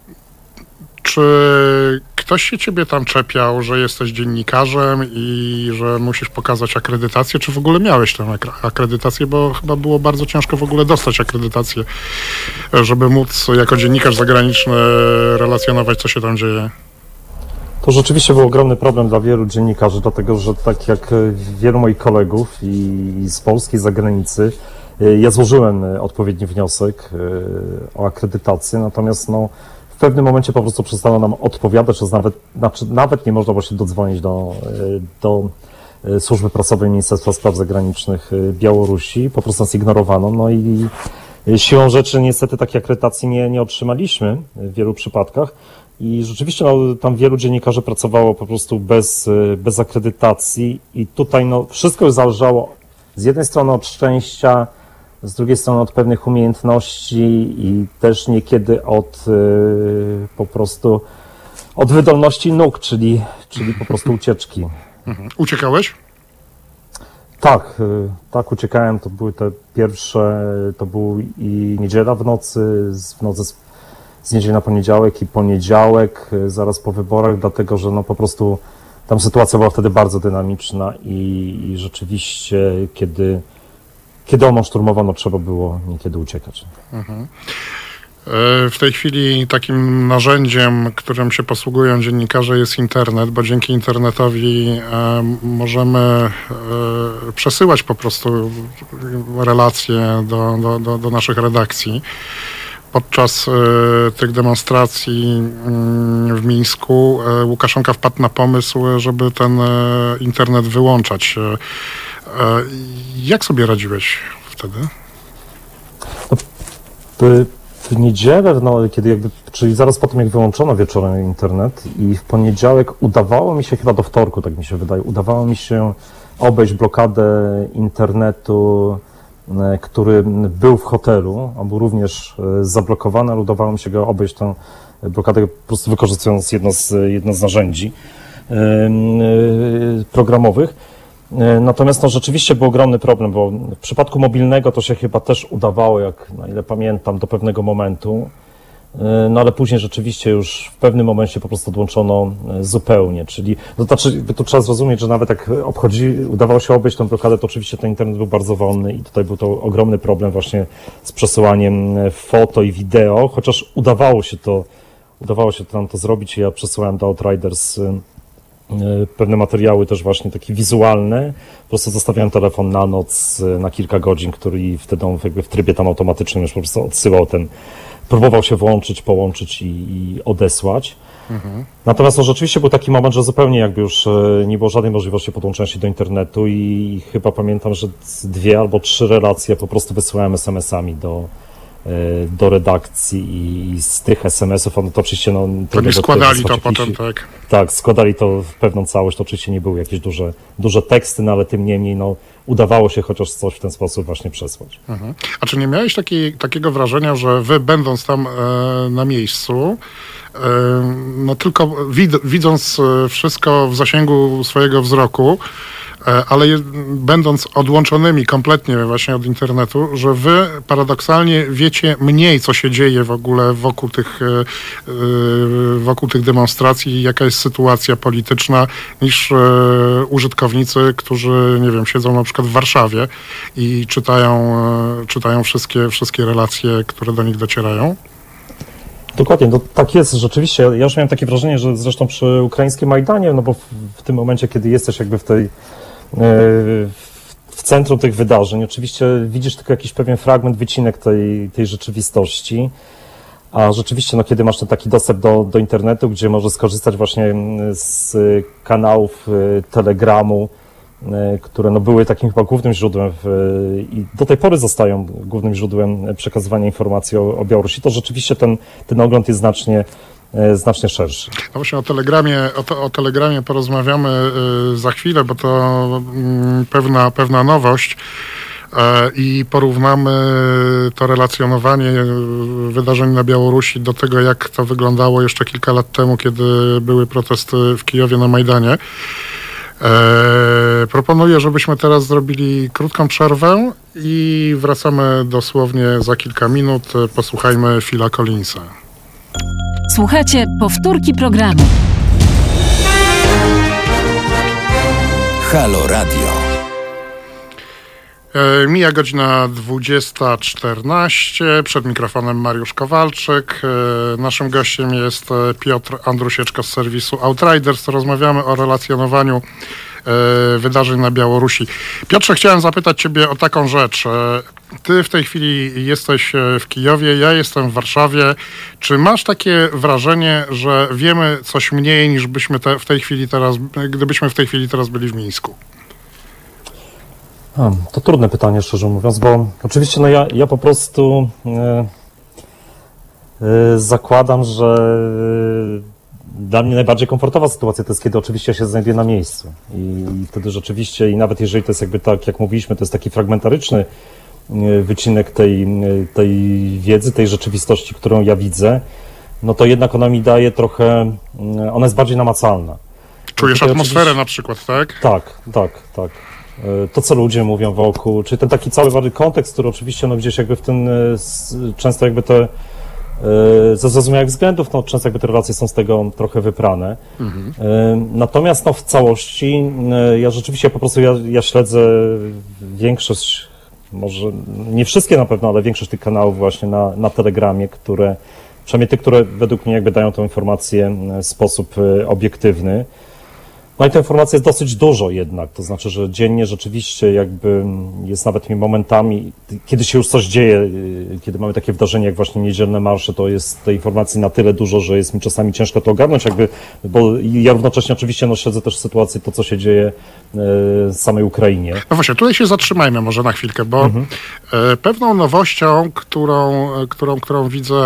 Czy ktoś się ciebie tam czepiał, że jesteś dziennikarzem i że musisz pokazać akredytację? Czy w ogóle miałeś tę akredytację? Bo chyba było bardzo ciężko w ogóle dostać akredytację, żeby móc jako dziennikarz zagraniczny relacjonować, co się tam dzieje. To rzeczywiście był ogromny problem dla wielu dziennikarzy, dlatego że tak jak wielu moich kolegów i z Polski, i z zagranicy, ja złożyłem odpowiedni wniosek o akredytację, natomiast no w pewnym momencie po prostu przestano nam odpowiadać, że nawet, znaczy nawet nie można było się dodzwonić do, do służby prasowej Ministerstwa Spraw Zagranicznych Białorusi, po prostu nas ignorowano, no i siłą rzeczy niestety takiej akredytacji nie, nie otrzymaliśmy w wielu przypadkach i rzeczywiście no, tam wielu dziennikarzy pracowało po prostu bez, bez akredytacji i tutaj no, wszystko już zależało z jednej strony od szczęścia, z drugiej strony od pewnych umiejętności i też niekiedy od yy, po prostu od wydolności nóg, czyli, czyli po prostu ucieczki. Mhm. Uciekałeś? Tak, yy, tak uciekałem. To były te pierwsze, to był i niedziela w nocy, w nocy z, z niedzieli na poniedziałek i poniedziałek yy, zaraz po wyborach, dlatego że no po prostu tam sytuacja była wtedy bardzo dynamiczna i, i rzeczywiście kiedy Kiedy ono szturmowano, trzeba było niekiedy uciekać. Mhm. W tej chwili takim narzędziem, którym się posługują dziennikarze, jest internet, bo dzięki internetowi możemy przesyłać po prostu relacje do, do, do, do naszych redakcji. Podczas tych demonstracji w Mińsku Łukaszenka wpadł na pomysł, żeby ten internet wyłączać. Jak sobie radziłeś wtedy? No, w, w niedzielę, no, kiedy jakby, czyli zaraz po tym, jak wyłączono wieczorem internet i w poniedziałek udawało mi się, chyba do wtorku, tak mi się wydaje, udawało mi się obejść blokadę internetu, który był w hotelu, on był również zablokowany, ale udawało mi się go obejść, tę blokadę po prostu wykorzystując jedno z, jedno z narzędzi programowych. Natomiast no, rzeczywiście był ogromny problem, bo w przypadku mobilnego to się chyba też udawało, jak na ile pamiętam, do pewnego momentu, no ale później rzeczywiście już w pewnym momencie po prostu odłączono zupełnie, czyli to znaczy, to trzeba zrozumieć, że nawet jak obchodzi, udawało się obejść tę blokadę, to oczywiście ten internet był bardzo wolny i tutaj był to ogromny problem właśnie z przesyłaniem foto i wideo, chociaż udawało się to, udawało się nam to zrobić i ja przesyłałem do Outriders pewne materiały też właśnie takie wizualne. Po prostu zostawiałem telefon na noc, na kilka godzin, który wtedy on jakby w trybie tam automatycznym już po prostu odsyłał ten, próbował się włączyć, połączyć i, i odesłać. Mhm. Natomiast no, rzeczywiście był taki moment, że zupełnie jakby już nie było żadnej możliwości podłączenia się do internetu i chyba pamiętam, że dwie albo trzy relacje po prostu wysyłałem es em esami do do redakcji i z tych es em esów, one to oczywiście no... Oni składali to potem, tak? Tak, składali to w pewną całość, to oczywiście nie były jakieś duże, duże teksty, no ale tym niemniej no udawało się chociaż coś w ten sposób właśnie przesłać. Mhm. A czy nie miałeś taki, takiego wrażenia, że wy będąc tam e, na miejscu, e, no tylko wid, widząc wszystko w zasięgu swojego wzroku, ale je, będąc odłączonymi kompletnie właśnie od internetu, że wy paradoksalnie wiecie mniej, co się dzieje w ogóle wokół tych, yy, wokół tych demonstracji, jaka jest sytuacja polityczna, niż yy, użytkownicy, którzy, nie wiem, siedzą na przykład w Warszawie i czytają, yy, czytają wszystkie, wszystkie relacje, które do nich docierają? Dokładnie, no tak jest, rzeczywiście. Ja już miałem takie wrażenie, że zresztą przy ukraińskim Majdanie, no bo w, w tym momencie, kiedy jesteś jakby w tej w w centrum tych wydarzeń. Oczywiście widzisz tylko jakiś pewien fragment, wycinek tej, tej rzeczywistości, a rzeczywiście, no, kiedy masz ten taki dostęp do, do internetu, gdzie możesz skorzystać właśnie z kanałów Telegramu, które no, były takim chyba głównym źródłem w, i do tej pory zostają głównym źródłem przekazywania informacji o, o Białorusi, to rzeczywiście ten, ten ogląd jest znacznie, znacznie szerszy. No właśnie o Telegramie, o, to, o Telegramie porozmawiamy y, za chwilę, bo to y, pewna, pewna nowość y, i porównamy to relacjonowanie wydarzeń na Białorusi do tego, jak to wyglądało jeszcze kilka lat temu, kiedy były protesty w Kijowie na Majdanie. E, proponuję, żebyśmy teraz zrobili krótką przerwę i wracamy dosłownie za kilka minut. Posłuchajmy Phila Collinsa. Słuchajcie, powtórki programu. Halo Radio. E, mija godzina dwudziesta czternaście. Przed mikrofonem Mariusz Kowalczyk. E, naszym gościem jest Piotr Andrusieczko z serwisu Outriders. Rozmawiamy o relacjonowaniu e, wydarzeń na Białorusi. Piotrze, chciałem zapytać ciebie o taką rzecz. E, ty w tej chwili jesteś w Kijowie, ja jestem w Warszawie. Czy masz takie wrażenie, że wiemy coś mniej niż byśmy te, w tej chwili teraz, gdybyśmy w tej chwili teraz byli w Mińsku? A, to trudne pytanie, szczerze mówiąc, bo oczywiście no ja, ja po prostu e, e, zakładam, że e, dla mnie najbardziej komfortowa sytuacja to jest, kiedy oczywiście się znajduję na miejscu i, i wtedy rzeczywiście, i nawet jeżeli to jest jakby tak, jak mówiliśmy, to jest taki fragmentaryczny e, wycinek tej, tej wiedzy, tej rzeczywistości, którą ja widzę, no to jednak ona mi daje trochę, e, ona jest bardziej namacalna. Czujesz Tutaj atmosferę na przykład, tak? Tak, tak, tak. To, co ludzie mówią wokół, czyli ten taki cały bardziej kontekst, który oczywiście no, gdzieś jakby w ten, często jakby te, ze zrozumiałych względów, no, często jakby te relacje są z tego trochę wyprane. Mhm. Natomiast no, w całości ja rzeczywiście po prostu, ja, ja śledzę większość, może nie wszystkie na pewno, ale większość tych kanałów właśnie na, na Telegramie, które, przynajmniej te, które według mnie jakby dają tę informację w sposób obiektywny. No i ta informacja jest dosyć dużo jednak, to znaczy, że dziennie rzeczywiście jakby jest nawet mi momentami, kiedy się już coś dzieje, kiedy mamy takie wydarzenie jak właśnie niedzielne marsze, to jest tej informacji na tyle dużo, że jest mi czasami ciężko to ogarnąć jakby, bo ja równocześnie oczywiście no, śledzę też sytuację, to co się dzieje w samej Ukrainie. No właśnie, tutaj się zatrzymajmy może na chwilkę, bo mhm. pewną nowością, którą, którą, którą widzę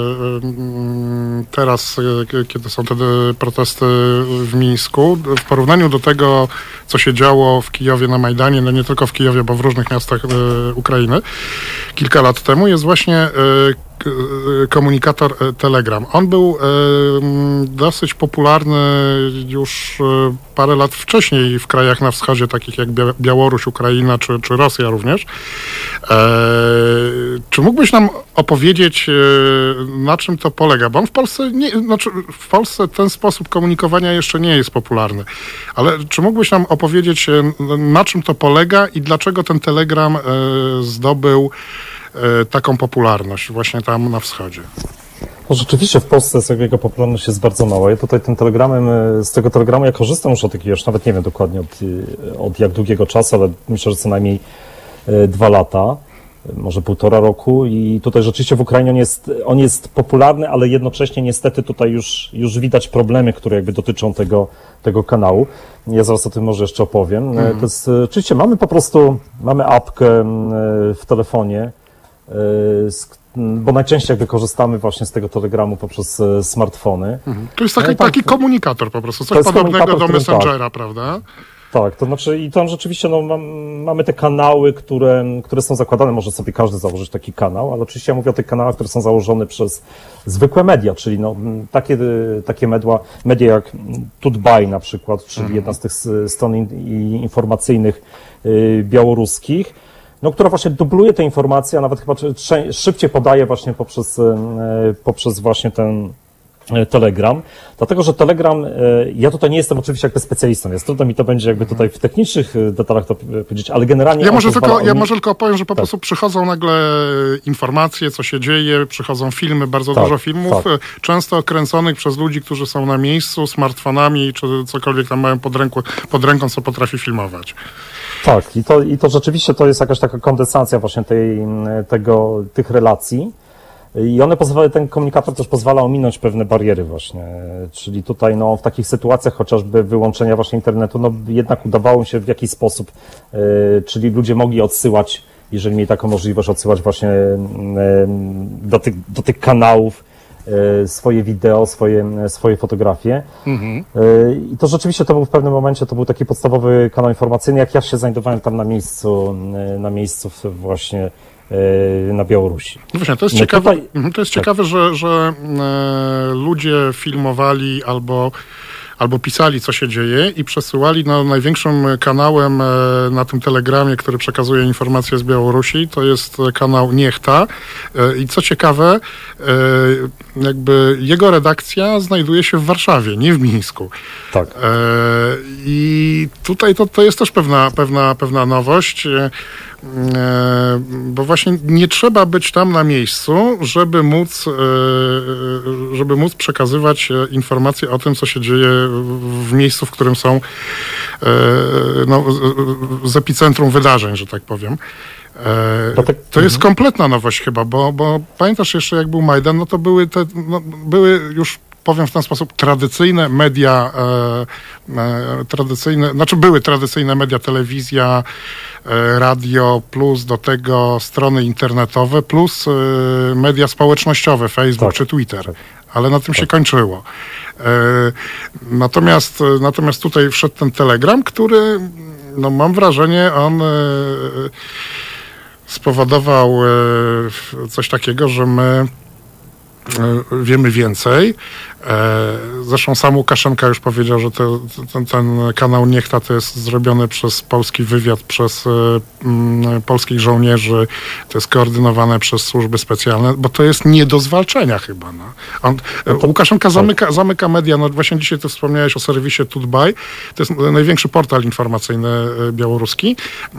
teraz, kiedy są te protesty w Mińsku, w porównaniu do tego, co się działo w Kijowie na Majdanie, no nie tylko w Kijowie, bo w różnych miastach y, Ukrainy, kilka lat temu, jest właśnie y, komunikator Telegram. On był y, dosyć popularny już y, parę lat wcześniej w krajach na wschodzie, takich jak Białoruś, Ukraina czy, czy Rosja również. E, czy mógłbyś nam opowiedzieć, y, na czym to polega? Bo on w Polsce, nie, znaczy w Polsce ten sposób komunikowania jeszcze nie jest popularny. Ale czy mógłbyś nam opowiedzieć, na czym to polega i dlaczego ten Telegram y, zdobył taką popularność właśnie tam na wschodzie? No rzeczywiście w Polsce jego popularność jest bardzo mała. Ja tutaj tym telegramem, z tego telegramu ja korzystam już od jakiegoś, nawet nie wiem dokładnie od, od jak długiego czasu, ale myślę, że co najmniej dwa lata, może półtora roku i tutaj rzeczywiście w Ukrainie on jest, on jest popularny, ale jednocześnie niestety tutaj już, już widać problemy, które jakby dotyczą tego, tego kanału. Ja zaraz o tym może jeszcze opowiem. Mm. To jest, oczywiście mamy po prostu, mamy apkę w telefonie, bo najczęściej jakby korzystamy właśnie z tego Telegramu poprzez smartfony. Mhm. To jest taki, no tak, taki komunikator po prostu, coś podobnego do Messengera, tak, prawda? Tak, to znaczy i tam rzeczywiście no, mam, mamy te kanały, które, które są zakładane, może sobie każdy założyć taki kanał, ale oczywiście ja mówię o tych kanałach, które są założone przez zwykłe media, czyli no, takie, takie media, media jak Tutbaj na przykład, czyli mhm. jedna z tych stron informacyjnych y, białoruskich, no, która właśnie dubluje te informacje, a nawet chyba szybciej podaje właśnie poprzez, poprzez właśnie ten, Telegram, dlatego, że Telegram, ja tutaj nie jestem oczywiście jakby specjalistą, jest trudno mi to będzie jakby tutaj w technicznych detalach to powiedzieć, ale generalnie... Ja może tylko, ja mi... może tylko opowiem, że po tak. prostu przychodzą nagle informacje, co się dzieje, przychodzą filmy, bardzo tak, dużo filmów, tak. często kręconych przez ludzi, którzy są na miejscu, smartfonami, czy cokolwiek tam mają pod ręką, pod ręką co potrafi filmować. Tak, i to, i to rzeczywiście to jest jakaś taka kondensacja właśnie tej, tego, tych relacji. I one pozwalają, ten komunikator też pozwala ominąć pewne bariery właśnie, czyli tutaj no, w takich sytuacjach chociażby wyłączenia właśnie internetu, no jednak udawało się w jakiś sposób, yy, czyli ludzie mogli odsyłać, jeżeli mieli taką możliwość, odsyłać właśnie yy, do, tych, do tych kanałów yy, swoje wideo, swoje, swoje fotografie. Mhm. Yy, I to rzeczywiście to był w pewnym momencie, to był taki podstawowy kanał informacyjny, jak ja się znajdowałem tam na miejscu, yy, na miejscu właśnie na Białorusi. No właśnie, to jest no ciekawe, tutaj... to jest tak. ciekawe, że, że e, ludzie filmowali albo, albo pisali, co się dzieje i przesyłali no, największym kanałem e, na tym Telegramie, który przekazuje informacje z Białorusi, to jest kanał Niechta. E, I co ciekawe, e, jakby jego redakcja znajduje się w Warszawie, nie w Mińsku. Tak. E, I tutaj to, to jest też pewna, pewna, pewna nowość. E, bo właśnie nie trzeba być tam na miejscu, żeby móc, żeby móc przekazywać informacje o tym, co się dzieje w miejscu, w którym są no, z epicentrum wydarzeń, że tak powiem. To jest kompletna nowość chyba, bo, bo pamiętasz jeszcze, jak był Majdan, no to były te, no, były już powiem w ten sposób, tradycyjne media, e, e, tradycyjne, znaczy były tradycyjne media, telewizja, e, radio, plus do tego strony internetowe, plus e, media społecznościowe, Facebook tak. czy Twitter. Ale na tym tak. się kończyło. E, natomiast, natomiast tutaj wszedł ten Telegram, który, no mam wrażenie, on e, spowodował e, coś takiego, że my wiemy więcej. Zresztą sam Łukaszenka już powiedział, że to, ten, ten kanał Niechta to jest zrobiony przez polski wywiad, przez um, polskich żołnierzy, to jest koordynowane przez służby specjalne, bo to jest nie do zwalczenia chyba. No. On, no to, Łukaszenka zamyka, zamyka media, no właśnie dzisiaj ty wspomniałeś o serwisie Tutbaj, to jest największy portal informacyjny białoruski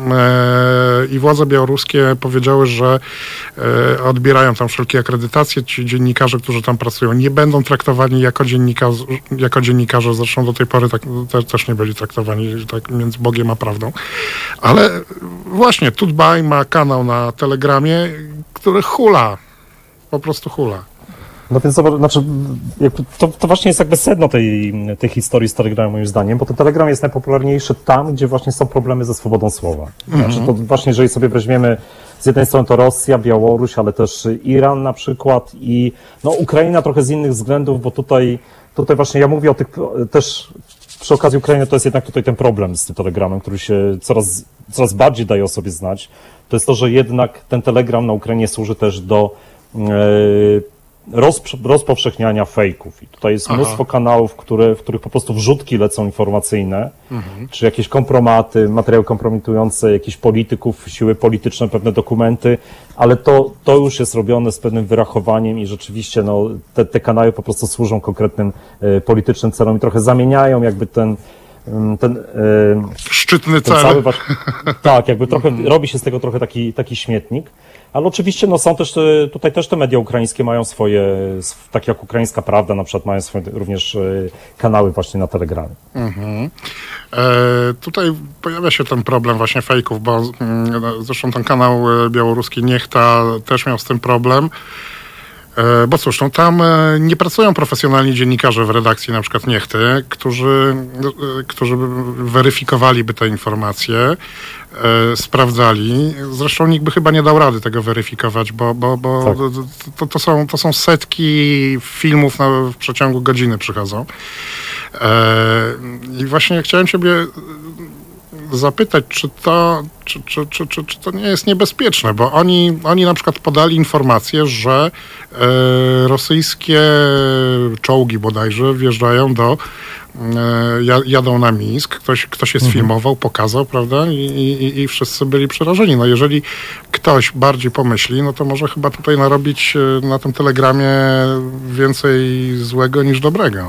i władze białoruskie powiedziały, że odbierają tam wszelkie akredytacje, ci dziennikarze, którzy tam pracują, nie będą traktowani jako dziennikarze, jako dziennikarze. Zresztą do tej pory tak, te, też nie byli traktowani tak między Bogiem a prawdą. Ale właśnie Tutbaj ma kanał na Telegramie, który hula. Po prostu hula. No więc zobacz, znaczy, to, to właśnie jest jakby sedno tej, tej historii z Telegramem moim zdaniem, bo ten Telegram jest najpopularniejszy tam, gdzie właśnie są problemy ze swobodą słowa. Znaczy, to właśnie, jeżeli sobie weźmiemy z jednej strony to Rosja, Białoruś, ale też Iran na przykład i no Ukraina trochę z innych względów, bo tutaj, tutaj właśnie ja mówię o tych też przy okazji Ukrainy to jest jednak tutaj ten problem z tym Telegramem, który się coraz, coraz bardziej daje o sobie znać. To jest to, że jednak ten Telegram na Ukrainie służy też do yy, rozpowszechniania fejków. I tutaj jest mnóstwo Aha. kanałów, które, w których po prostu wrzutki lecą informacyjne, mhm. czy jakieś kompromaty, materiały kompromitujące jakichś polityków, siły polityczne, pewne dokumenty, ale to, to już jest robione z pewnym wyrachowaniem i rzeczywiście no, te, te kanały po prostu służą konkretnym e, politycznym celom i trochę zamieniają jakby ten ten e, szczytny ten cel. Cały, tak, jakby trochę robi się z tego trochę taki, taki śmietnik. Ale oczywiście no, są też te, tutaj też te media ukraińskie mają swoje, tak jak Ukraińska Prawda na przykład, mają swoje również kanały właśnie na Telegramie. Mhm. E, tutaj pojawia się ten problem właśnie fejków, bo mm, zresztą ten kanał białoruski Niechta też miał z tym problem. E, bo cóż, no, tam nie pracują profesjonalni dziennikarze w redakcji na przykład Niechty, którzy, którzy weryfikowaliby te informacje, e, sprawdzali. Zresztą nikt by chyba nie dał rady tego weryfikować, bo, bo, bo tak. to, to, są, to są setki filmów na, w przeciągu godziny przychodzą. E, I właśnie chciałem ciebie zapytać, czy to, czy, czy, czy, czy, czy to nie jest niebezpieczne, bo oni, oni na przykład podali informację, że e, rosyjskie czołgi bodajże wjeżdżają do, e, jadą na Mińsk, ktoś, ktoś je sfilmował, pokazał, prawda, I, i, i wszyscy byli przerażeni. No jeżeli ktoś bardziej pomyśli, no to może chyba tutaj narobić na tym telegramie więcej złego niż dobrego.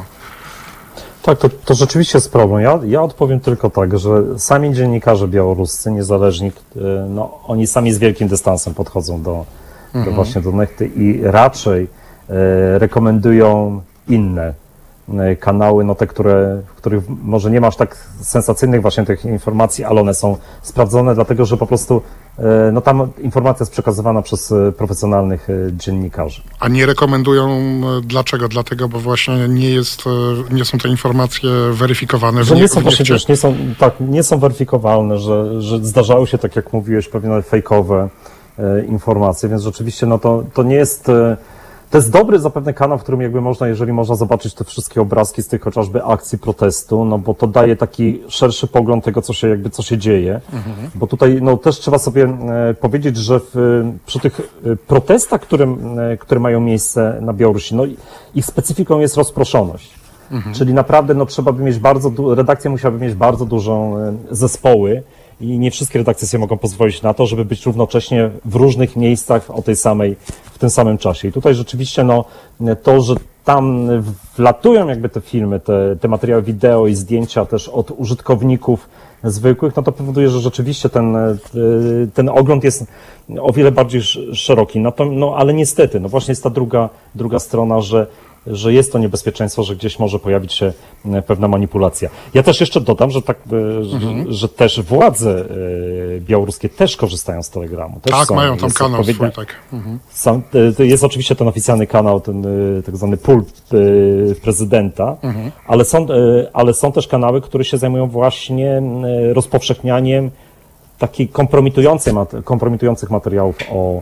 Tak, to, to rzeczywiście jest problem. Ja, ja odpowiem tylko tak, że sami dziennikarze białoruscy, niezależni, no, oni sami z wielkim dystansem podchodzą do, mhm. do właśnie do nechty i raczej e, rekomendują inne e, kanały, no te, które, w których może nie masz tak sensacyjnych właśnie tych informacji, ale one są sprawdzone, dlatego że po prostu e, no tam informacja jest przekazywana przez e, profesjonalnych e, dziennikarzy. A nie rekomendują dlaczego? Dlatego, bo właśnie nie jest, nie są te informacje weryfikowane. Że nie są właśnie też, nie są, tak, nie są weryfikowalne, że, że zdarzały się, tak jak mówiłeś, pewne fejkowe e, informacje, więc rzeczywiście no to, to nie jest... E, To jest dobry zapewne kanał, w którym jakby można, jeżeli można zobaczyć te wszystkie obrazki z tych chociażby akcji protestu, no bo to daje taki szerszy pogląd tego, co się jakby, co się dzieje. Mhm. Bo tutaj, no też trzeba sobie e, powiedzieć, że w, przy tych e, protestach, które, e, które mają miejsce na Białorusi, no ich specyfiką jest rozproszoność. Mhm. Czyli naprawdę, no trzeba by mieć bardzo, du- redakcja musiałaby mieć bardzo dużą e, zespoły, i nie wszystkie redakcje sobie mogą pozwolić na to, żeby być równocześnie w różnych miejscach o tej samej, w tym samym czasie. I tutaj rzeczywiście no, to, że tam wlatują jakby te filmy, te, te materiały wideo i zdjęcia też od użytkowników zwykłych, no to powoduje, że rzeczywiście ten, ten ogląd jest o wiele bardziej szeroki. No, to, no ale niestety, no właśnie jest ta druga, druga strona, że że jest to niebezpieczeństwo, że gdzieś może pojawić się pewna manipulacja. Ja też jeszcze dodam, że tak, mhm. że, że też władze białoruskie też korzystają z Telegramu. Też tak, są, mają tam kanał swój, tak. Mhm. Są, jest oczywiście ten oficjalny kanał, ten tak zwany pult prezydenta, mhm. ale, są, ale są też kanały, które się zajmują właśnie rozpowszechnianiem takich kompromitujących, kompromitujących materiałów o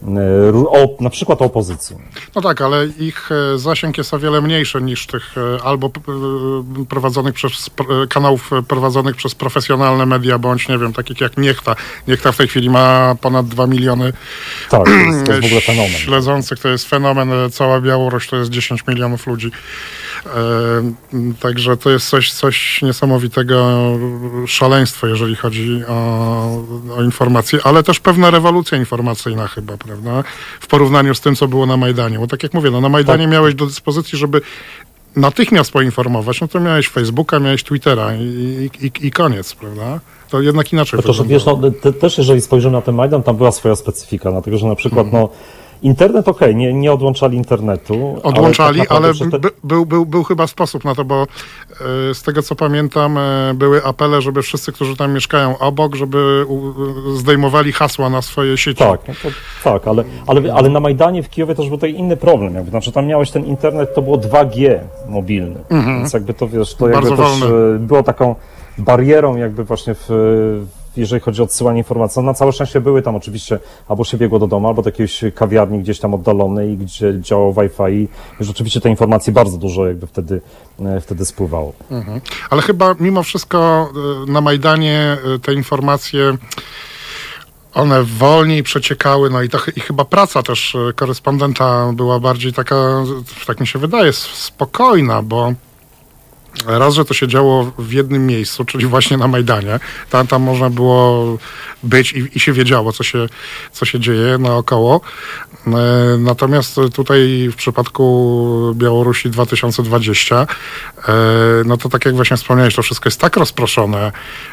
O, na przykład o opozycji. No tak, ale ich zasięg jest o wiele mniejszy niż tych albo prowadzonych przez kanałów prowadzonych przez profesjonalne media, bądź nie wiem, takich jak Niechta. Niechta w tej chwili ma ponad dwa miliony tak, to jest, to jest w ogóle fenomen. śledzących. To jest fenomen. Cała Białoruś to jest dziesięć milionów ludzi. Także to jest coś, coś niesamowitego, szaleństwo, jeżeli chodzi o, o informacje, ale też pewna rewolucja informacyjna chyba, prawda? W porównaniu z tym, co było na Majdanie. Bo tak jak mówię, no na Majdanie tak. miałeś do dyspozycji, żeby natychmiast poinformować, no to miałeś Facebooka, miałeś Twittera i, i, i koniec, prawda? To jednak inaczej to, że wiesz, no, te, też jeżeli spojrzymy na ten Majdan, tam była swoja specyfika, dlatego że na przykład, hmm. no internet okej, okay, nie, nie odłączali internetu. Odłączali, ale, tak ale te... by, był, był, był chyba sposób na to, bo y, z tego co pamiętam, y, były apele, żeby wszyscy, którzy tam mieszkają obok, żeby y, zdejmowali hasła na swoje sieci. Tak, no to, tak, ale, ale, ale na Majdanie w Kijowie też był tutaj inny problem. Jakby, znaczy tam miałeś ten internet, to było dwa G mobilny, mm-hmm. więc jakby to wiesz, to jakby też y, było taką barierą jakby właśnie w jeżeli chodzi o odsyłanie informacji. No, na całe szczęście były tam oczywiście, albo się biegło do domu, albo do jakiejś kawiarni gdzieś tam oddalonej, gdzie działał Wi-Fi i rzeczywiście te informacje bardzo dużo jakby wtedy, wtedy spływało. Mhm. Ale chyba mimo wszystko na Majdanie te informacje one wolniej przeciekały, no i, to, i chyba praca też korespondenta była bardziej taka, tak mi się wydaje, spokojna, bo raz, że to się działo w jednym miejscu, czyli właśnie na Majdanie. Tam, tam można było być i, i się wiedziało, co się, co się dzieje naokoło. Natomiast tutaj w przypadku Białorusi dwa tysiące dwudziestego, no to tak jak właśnie wspomniałeś, to wszystko jest tak rozproszone.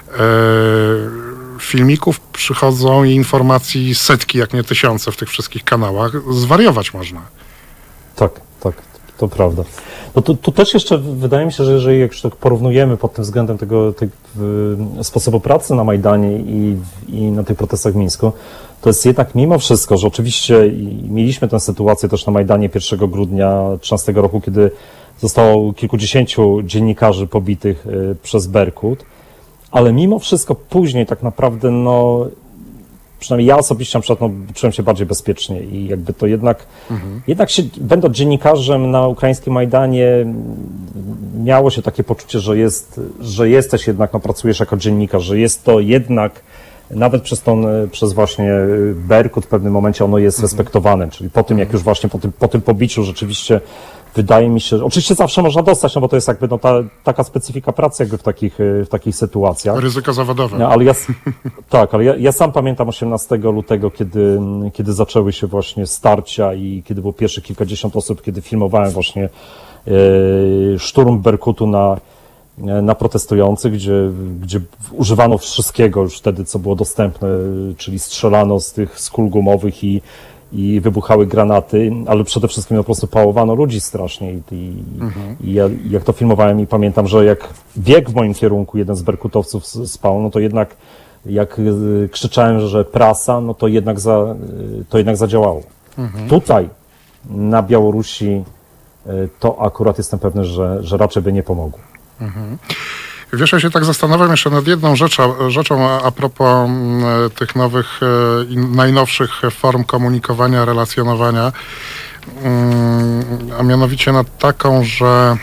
Filmików przychodzą i informacji setki, jak nie tysiące w tych wszystkich kanałach. Zwariować można. Tak, tak, to prawda. No tu, tu też jeszcze wydaje mi się, że jeżeli jak już tak porównujemy pod tym względem tego, tego sposobu pracy na Majdanie i, i na tych protestach w Mińsku, to jest jednak mimo wszystko, że oczywiście mieliśmy tę sytuację też na Majdanie pierwszego grudnia dwa tysiące trzynastego roku, kiedy zostało kilkudziesięciu dziennikarzy pobitych przez Berkut, ale mimo wszystko później tak naprawdę no przynajmniej ja osobiście na przykład no, czułem się bardziej bezpiecznie i jakby to jednak, mhm. jednak się, będąc dziennikarzem na ukraińskim Majdanie, miało się takie poczucie, że jest, że jesteś jednak, no pracujesz jako dziennikarz, że jest to jednak nawet przez, tą, przez właśnie Berkut w pewnym momencie ono jest mhm. respektowane, czyli po tym, jak już właśnie po tym, po tym pobiciu rzeczywiście wydaje mi się, że oczywiście zawsze można dostać, no bo to jest jakby no, ta, taka specyfika pracy jakby w takich, w takich sytuacjach. Ryzyko zawodowe. No, ale ja, tak, ale ja, ja sam pamiętam osiemnastego lutego, kiedy, kiedy zaczęły się właśnie starcia i kiedy było pierwsze kilkadziesiąt osób, kiedy filmowałem właśnie e, szturm Berkutu na, na protestujących, gdzie, gdzie używano wszystkiego już wtedy, co było dostępne, czyli strzelano z tych z kul gumowych i i wybuchały granaty, ale przede wszystkim no, po prostu pałowano ludzi strasznie i, i, mhm. i ja, jak to filmowałem i pamiętam, że jak biegł w moim kierunku jeden z berkutowców spał, no to jednak jak krzyczałem, że prasa, no to jednak, za, to jednak zadziałało. Mhm. Tutaj na Białorusi to akurat jestem pewny, że, że raczej by nie pomogło. Mhm. Wiesz, ja się tak zastanawiam jeszcze nad jedną rzeczą, rzeczą a, a propos m, tych nowych i najnowszych form komunikowania, relacjonowania, m, a mianowicie nad taką, że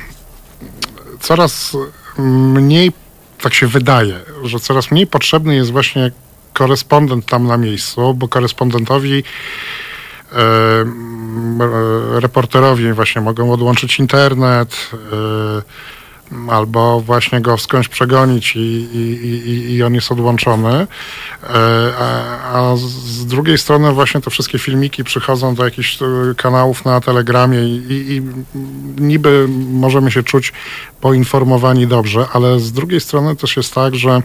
coraz mniej, tak się wydaje, że coraz mniej potrzebny jest właśnie korespondent tam na miejscu, bo korespondentowi e, reporterowi właśnie mogą odłączyć internet, e, albo właśnie go skądś przegonić i, i, i, i on jest odłączony. A, a z drugiej strony właśnie te wszystkie filmiki przychodzą do jakichś kanałów na Telegramie i, i, i niby możemy się czuć poinformowani dobrze, ale z drugiej strony też jest tak, że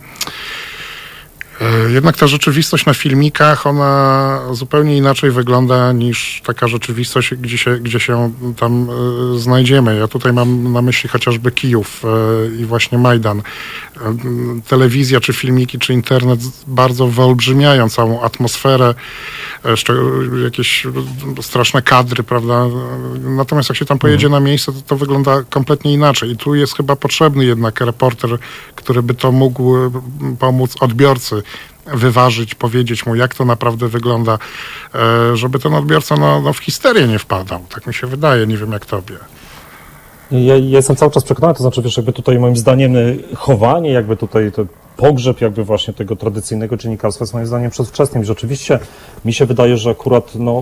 jednak ta rzeczywistość na filmikach, ona zupełnie inaczej wygląda niż taka rzeczywistość, gdzie się, gdzie się tam y, znajdziemy. Ja tutaj mam na myśli chociażby Kijów y, i właśnie Majdan. Y, telewizja, czy filmiki, czy internet bardzo wyolbrzymiają całą atmosferę, jeszcze jakieś straszne kadry, prawda? Natomiast jak się tam pojedzie na miejsce, to to wygląda kompletnie inaczej. I tu jest chyba potrzebny jednak reporter, który by to mógł pomóc odbiorcy wyważyć, powiedzieć mu, jak to naprawdę wygląda, żeby ten odbiorca no, no w histerię nie wpadał. Tak mi się wydaje, nie wiem jak tobie. Ja, ja jestem cały czas przekonany, to znaczy, wiesz, jakby tutaj moim zdaniem chowanie, jakby tutaj to pogrzeb jakby właśnie tego tradycyjnego dziennikarstwa jest moim zdaniem przedwczesnym. I rzeczywiście mi się wydaje, że akurat no,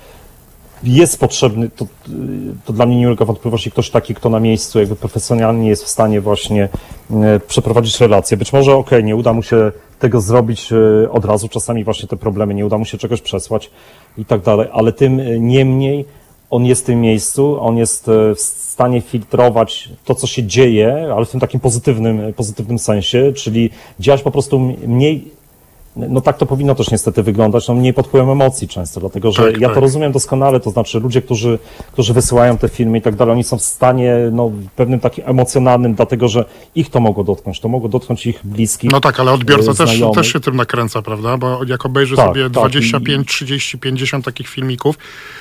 jest potrzebny, to, to dla mnie nie ulega wątpliwości, ktoś taki, kto na miejscu jakby profesjonalnie jest w stanie właśnie e, przeprowadzić relacje. Być może okej, okay, nie uda mu się tego zrobić e, od razu, czasami właśnie te problemy, nie uda mu się czegoś przesłać i tak dalej, ale tym niemniej on jest w tym miejscu, on jest w stanie filtrować to, co się dzieje, ale w tym takim pozytywnym, pozytywnym sensie, czyli działać po prostu mniej, no tak to powinno też niestety wyglądać, no mniej pod wpływem emocji często, dlatego że tak, ja tak. to rozumiem doskonale, to znaczy ludzie, którzy, którzy wysyłają te filmy i tak dalej, oni są w stanie no, pewnym takim emocjonalnym, dlatego że ich to mogło dotknąć, to mogło dotknąć ich bliskich. No tak, ale odbiorca też, też się tym nakręca, prawda, bo jak obejrzy tak, sobie tak, dwadzieścia pięć, trzydzieści, pięćdziesiąt takich filmików,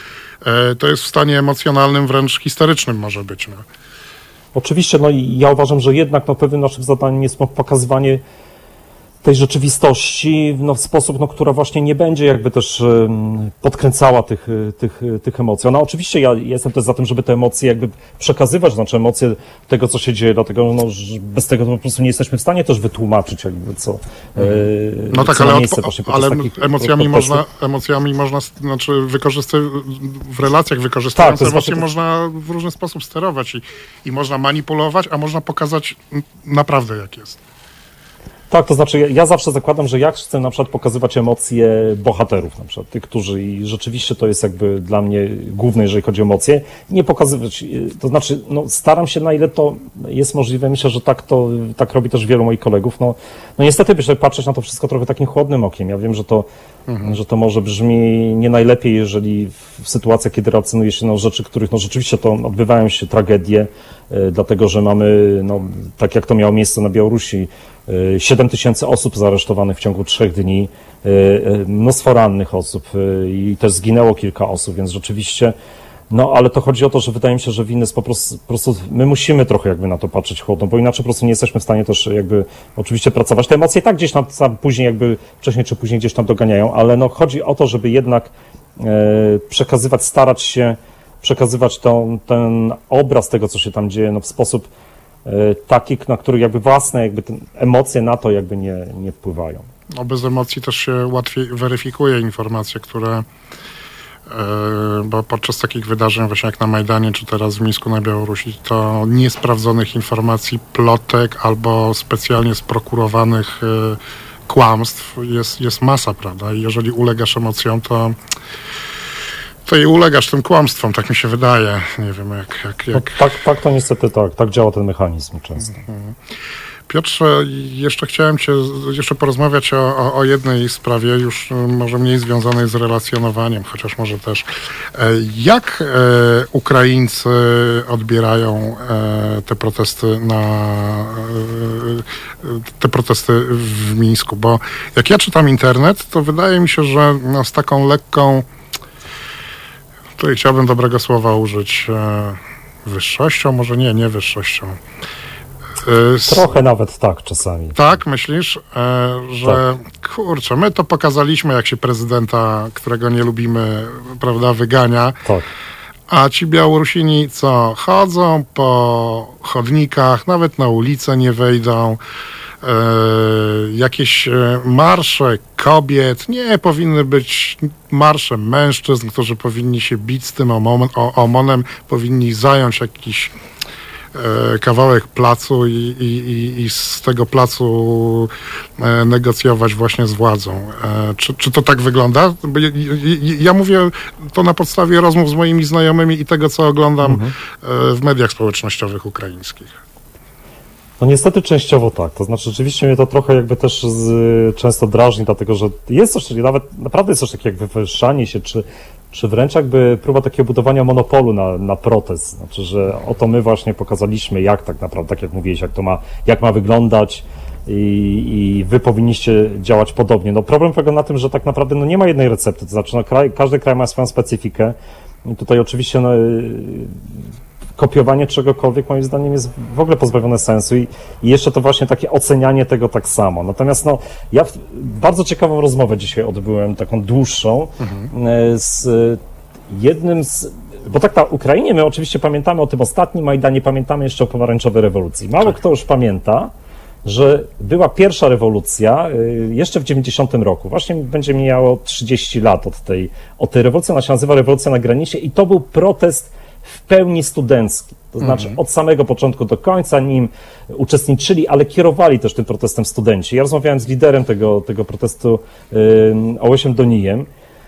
to jest w stanie emocjonalnym, wręcz historycznym może być. No. Oczywiście, no i ja uważam, że jednak no, pewnym naszym zadaniem jest pokazywanie tej rzeczywistości no, w sposób, no, która właśnie nie będzie jakby też um, podkręcała tych, tych, tych emocji. Ona oczywiście, ja jestem też za tym, żeby te emocje jakby przekazywać, znaczy emocje tego, co się dzieje, dlatego no, że bez tego to po prostu nie jesteśmy w stanie też wytłumaczyć jakby co. E, no tak, co ale, miejsce, odpo- ale emocjami można, emocjami można, znaczy wykorzystywać, w relacjach wykorzystując tak, emocje to... można w różny sposób sterować i, i można manipulować, a można pokazać naprawdę jak jest. Tak, to znaczy ja, ja zawsze zakładam, że jak chcę na przykład pokazywać emocje bohaterów, na przykład tych, którzy i rzeczywiście to jest jakby dla mnie główne, jeżeli chodzi o emocje, nie pokazywać, to znaczy no, staram się na ile to jest możliwe, myślę, że tak to, tak robi też wielu moich kolegów, no, no niestety myślę, patrzeć na to wszystko trochę takim chłodnym okiem, ja wiem, że to, mhm. że to może brzmi nie najlepiej, jeżeli w sytuacjach, kiedy relacjonuje się no, rzeczy, których no rzeczywiście to odbywają się tragedie, y, dlatego, że mamy, no, tak jak to miało miejsce na Białorusi, siedem tysięcy osób zaaresztowanych w ciągu trzech dni, mnóstwo rannych osób i też zginęło kilka osób, więc rzeczywiście No, ale to chodzi o to, że wydaje mi się, że winy jest po prostu, po prostu my musimy trochę jakby na to patrzeć chłodno, bo inaczej po prostu nie jesteśmy w stanie też jakby oczywiście pracować. Te emocje tak gdzieś tam, tam później jakby, wcześniej czy później gdzieś tam doganiają, ale no chodzi o to, żeby jednak e, przekazywać, starać się przekazywać tą, ten obraz tego, co się tam dzieje, no w sposób e, taki, na który jakby własne jakby te emocje na to jakby nie, nie wpływają. No bez emocji też się łatwiej weryfikuje informacje, które bo podczas takich wydarzeń właśnie jak na Majdanie, czy teraz w Mińsku na Białorusi, to niesprawdzonych informacji, plotek albo specjalnie sprokurowanych kłamstw jest, jest masa, prawda? I jeżeli ulegasz emocjom, to to i ulegasz tym kłamstwom, tak mi się wydaje. Nie wiem, jak... jak, jak... No, tak, tak to niestety tak, tak działa ten mechanizm często. Mhm. Piotrze, jeszcze chciałem Cię jeszcze porozmawiać o, o, o jednej sprawie, już może mniej związanej z relacjonowaniem, chociaż może też. Jak e, Ukraińcy odbierają e, te protesty na e, te protesty w Mińsku? Bo jak ja czytam internet, to wydaje mi się, że no, z taką lekką, tutaj chciałbym dobrego słowa użyć, e, wyższością, może nie, nie wyższością. Trochę nawet tak czasami. Tak, myślisz, że tak. Kurczę, my to pokazaliśmy, jak się prezydenta, którego nie lubimy, prawda, wygania. Tak. A ci Białorusini co? Chodzą po chodnikach, nawet na ulicę nie wejdą. E, jakieś marsze kobiet, nie powinny być marsze mężczyzn, którzy powinni się bić z tym omonem, powinni zająć jakiś kawałek placu i, i, i z tego placu negocjować właśnie z władzą. Czy, czy to tak wygląda? Ja, ja mówię to na podstawie rozmów z moimi znajomymi i tego, co oglądam mhm. w mediach społecznościowych ukraińskich. No niestety częściowo tak. To znaczy rzeczywiście mnie to trochę jakby też z, często drażni, dlatego że jest coś, nawet naprawdę jest coś takiego jak wywyższanie się, czy czy wręcz jakby próba takiego budowania monopolu na, na protest. Znaczy, że oto my właśnie pokazaliśmy, jak tak naprawdę, tak jak mówiłeś, jak to ma, jak ma wyglądać i, i wy powinniście działać podobnie. No problem polega na tym, że tak naprawdę no, nie ma jednej recepty, to znaczy no, kraj, każdy kraj ma swoją specyfikę i tutaj oczywiście no, kopiowanie czegokolwiek moim zdaniem jest w ogóle pozbawione sensu i, i jeszcze to właśnie takie ocenianie tego tak samo. Natomiast no, ja w, bardzo ciekawą rozmowę dzisiaj odbyłem, taką dłuższą, mhm. z jednym z... Bo tak na Ukrainie my oczywiście pamiętamy o tym ostatnim Majdanie, pamiętamy jeszcze o pomarańczowej rewolucji. Mało tak. kto już pamięta, że była pierwsza rewolucja jeszcze w dziewięćdziesiątym roku. Właśnie będzie mijało trzydzieści lat od tej, od tej rewolucji. Ona się nazywa rewolucja na granicie i to był protest w pełni studencki. To znaczy mhm. od samego początku do końca nim uczestniczyli, ale kierowali też tym protestem studenci. Ja rozmawiałem z liderem tego, tego protestu, Ołesiem Donijem,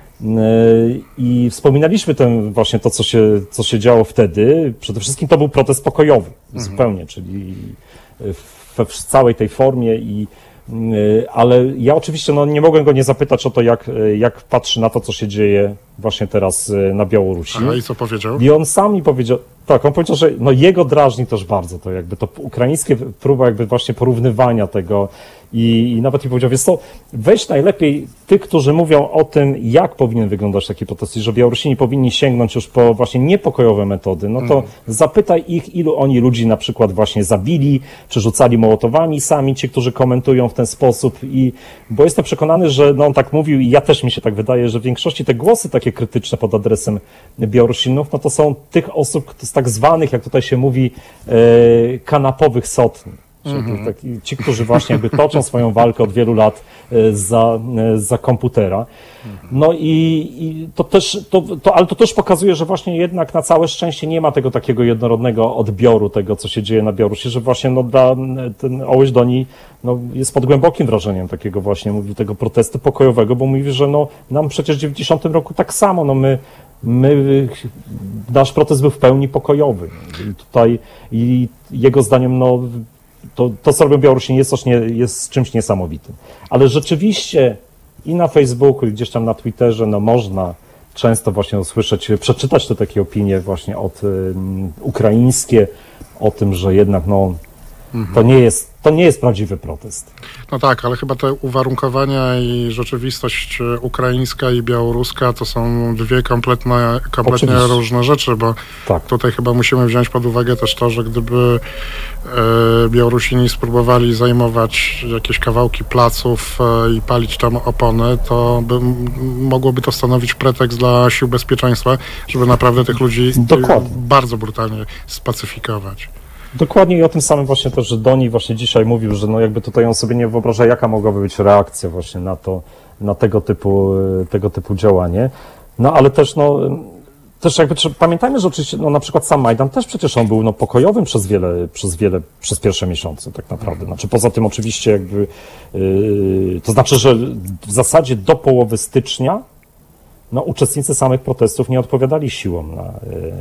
i wspominaliśmy ten, właśnie to, co się, co się działo wtedy. Przede wszystkim to był protest pokojowy, mhm. zupełnie, czyli w, w całej tej formie i ale ja oczywiście no, nie mogłem go nie zapytać o to, jak, jak patrzy na to, co się dzieje właśnie teraz na Białorusi. A i co powiedział? I on sam mi powiedział, tak, on powiedział, że no, jego drażni też bardzo to jakby to ukraińskie próba jakby właśnie porównywania tego i, i nawet mi powiedział, wiesz co, weź najlepiej tych, którzy mówią o tym, jak powinien wyglądać taki protest, że Białorusini powinni sięgnąć już po właśnie niepokojowe metody, no to mm. zapytaj ich, ilu oni ludzi na przykład właśnie zabili, czy rzucali mołotowami sami, ci, którzy komentują w ten sposób i bo jestem przekonany, że no on tak mówił i ja też mi się tak wydaje, że w większości te głosy takie krytyczne pod adresem Białorusinów, no to są tych osób z tak zwanych, jak tutaj się mówi, e, kanapowych sotni. Czyli mm-hmm. tak, ci, którzy właśnie jakby toczą swoją walkę od wielu lat za, za komputera. No i, i to też, to, to, ale to też pokazuje, że właśnie jednak na całe szczęście nie ma tego takiego jednorodnego odbioru tego, co się dzieje na Białorusi, że właśnie no, da, ten Ołeś Doni no, jest pod głębokim wrażeniem takiego właśnie, mówił, tego protestu pokojowego, bo mówi, że no, nam przecież w dziewięćdziesiątym roku tak samo, no my My, nasz protest był w pełni pokojowy. I tutaj i jego zdaniem, no, to, to co robią Białorusini jest, coś nie, jest czymś niesamowitym. Ale rzeczywiście i na Facebooku, i gdzieś tam na Twitterze, no można często właśnie usłyszeć, przeczytać te takie opinie właśnie od um, ukraińskie o tym, że jednak no Mhm. To nie jest, to nie jest prawdziwy protest. No tak, ale chyba te uwarunkowania i rzeczywistość ukraińska i białoruska to są dwie kompletne, kompletnie Oczywiście. różne rzeczy, bo tak. tutaj chyba musimy wziąć pod uwagę też to, że gdyby e, Białorusini spróbowali zajmować jakieś kawałki placów e, i palić tam opony, to by, mogłoby to stanowić pretekst dla sił bezpieczeństwa, żeby naprawdę tych ludzi Dokładnie. bardzo brutalnie spacyfikować. Dokładnie i o tym samym właśnie też, że Doni właśnie dzisiaj mówił, że no jakby tutaj on sobie nie wyobraża, jaka mogłaby być reakcja właśnie na to, na tego typu, tego typu działanie. No ale też no, też jakby pamiętajmy, że oczywiście no na przykład sam Majdan też przecież on był no pokojowym przez wiele, przez wiele, przez pierwsze miesiące tak naprawdę. Znaczy poza tym oczywiście jakby, yy, to znaczy, że w zasadzie do połowy stycznia no uczestnicy samych protestów nie odpowiadali siłom na yy,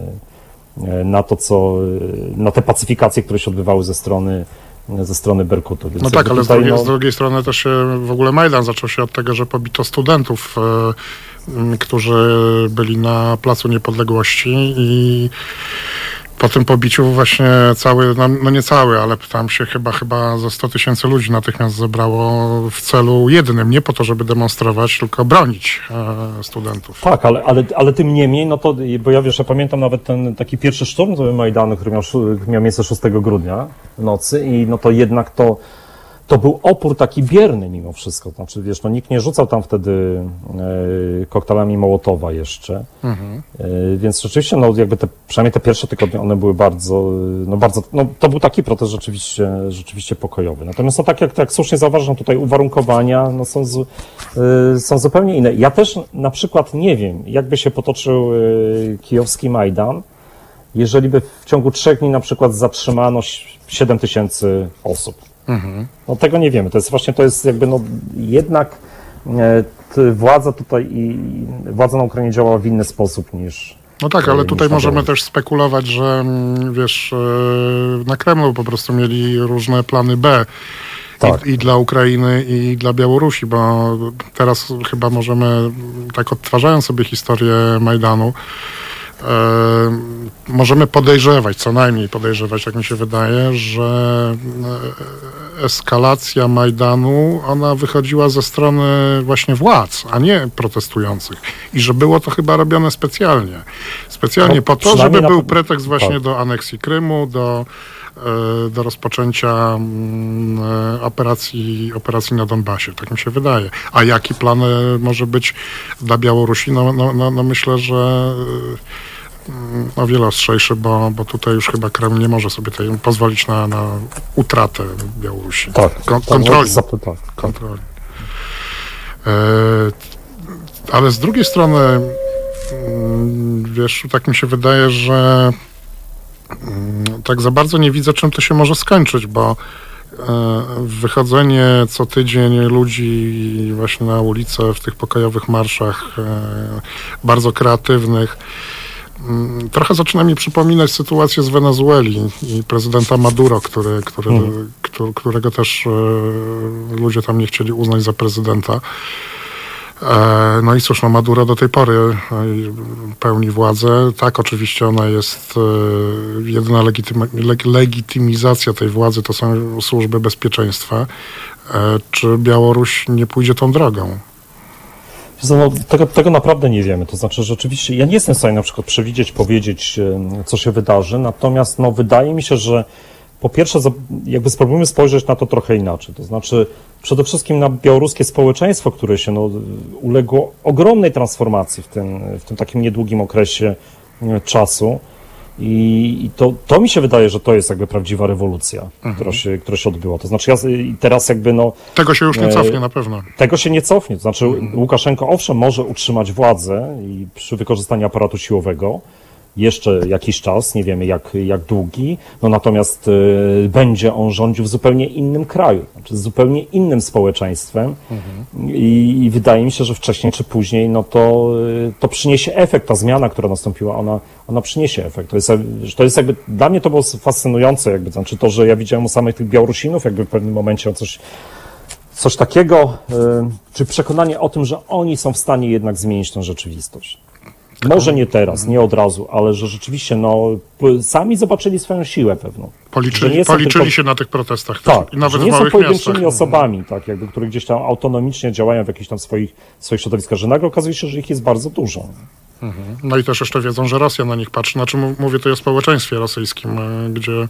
na to, co, na te pacyfikacje, które się odbywały ze strony, ze strony Berkutu. Więc no tak, ale tutaj, z, drugiej, no... z drugiej strony też się w ogóle Majdan zaczął się od tego, że pobito studentów, e, którzy byli na Placu Niepodległości i po tym pobiciu właśnie cały, no, no nie cały, ale tam się chyba chyba ze sto tysięcy ludzi natychmiast zebrało w celu jednym, nie po to, żeby demonstrować, tylko bronić e, studentów. Tak, ale, ale, ale tym niemniej, no to, bo ja wiesz, ja pamiętam nawet ten taki pierwszy szturm Majdanu, który miał, miał miejsce szóstego grudnia w nocy i no to jednak to To był opór taki bierny mimo wszystko. Znaczy, wiesz, no nikt nie rzucał tam wtedy e, koktajlami Mołotowa jeszcze. Mhm. E, więc rzeczywiście, no jakby te, przynajmniej te pierwsze tygodnie, one były bardzo, no bardzo, no to był taki protest rzeczywiście, rzeczywiście pokojowy. Natomiast no tak jak, tak słusznie zauważam, tutaj uwarunkowania, no są, z, e, są zupełnie inne. Ja też na przykład nie wiem, jakby się potoczył e, kijowski Majdan, jeżeli by w ciągu trzech dni na przykład zatrzymano siedem tysięcy osób. Mhm. No tego nie wiemy. To jest właśnie, to jest jakby no jednak e, władza tutaj i władza na Ukrainie działa w inny sposób niż... No tak, ale tutaj możemy też spekulować, że wiesz, na Kremlu po prostu mieli różne plany B. Tak. I, I dla Ukrainy, i dla Białorusi, bo teraz chyba możemy, tak odtwarzając sobie historię Majdanu, E, możemy podejrzewać, co najmniej podejrzewać, jak mi się wydaje, że eskalacja Majdanu, ona wychodziła ze strony właśnie władz, a nie protestujących. I że było to chyba robione specjalnie. Specjalnie no, po to, żeby był pretekst właśnie tak. do aneksji Krymu, do, do rozpoczęcia operacji, operacji na Donbasie. Tak mi się wydaje. A jaki plan może być dla Białorusi? No, no, no, no myślę, że o wiele ostrzejszy, bo, bo tutaj już chyba Kreml nie może sobie tutaj pozwolić na, na utratę Białorusi. Tak, Kon- kontroli. Tak, tak. kontroli. E, ale z drugiej strony, wiesz, tak mi się wydaje, że tak za bardzo nie widzę, czym to się może skończyć, bo wychodzenie co tydzień ludzi właśnie na ulicę w tych pokojowych marszach, bardzo kreatywnych, trochę zaczyna mi przypominać sytuację z Wenezueli i prezydenta Maduro, który, który, hmm. który, którego też ludzie tam nie chcieli uznać za prezydenta. No i cóż, no Maduro do tej pory pełni władzę. Tak, oczywiście ona jest, jedyna legitymi- legitymizacja tej władzy to są służby bezpieczeństwa. Czy Białoruś nie pójdzie tą drogą? No, tego, tego naprawdę nie wiemy. To znaczy, rzeczywiście, ja nie jestem w stanie na przykład przewidzieć, powiedzieć, co się wydarzy, natomiast no, wydaje mi się, że po pierwsze, jakby spróbujmy spojrzeć na to trochę inaczej. To znaczy, przede wszystkim na białoruskie społeczeństwo, które się no, uległo ogromnej transformacji w tym, w tym takim niedługim okresie czasu. I, i to, to mi się wydaje, że to jest jakby prawdziwa rewolucja, mhm. która, się, która się odbyła. To znaczy, ja teraz jakby no... Tego się już nie cofnie na pewno. Tego się nie cofnie. To znaczy, mhm. Łukaszenko owszem może utrzymać władzę i przy wykorzystaniu aparatu siłowego jeszcze jakiś czas, nie wiemy jak, jak długi, no natomiast y, będzie on rządził w zupełnie innym kraju, znaczy z zupełnie innym społeczeństwem mhm. I, i wydaje mi się, że wcześniej czy później, no to, y, to przyniesie efekt, ta zmiana, która nastąpiła, ona, ona przyniesie efekt. To jest, to jest jakby, dla mnie to było fascynujące, jakby, znaczy to, że ja widziałem u samych tych Białorusinów, jakby w pewnym momencie coś, coś takiego, y, czy przekonanie o tym, że oni są w stanie jednak zmienić tę rzeczywistość. Taką... Może nie teraz, nie od razu, ale że rzeczywiście no, sami zobaczyli swoją siłę pewną. Policzyli, policzyli tylko... się na tych protestach. Tak, i nawet że nie w są małych pojedynczymi miastach. osobami, tak, jakby, które gdzieś tam autonomicznie działają w jakichś tam swoich, swoich środowiskach, że nagle okazuje się, że ich jest bardzo dużo. Mhm. No i też jeszcze wiedzą, że Rosja na nich patrzy. Znaczy mówię tutaj o społeczeństwie rosyjskim, gdzie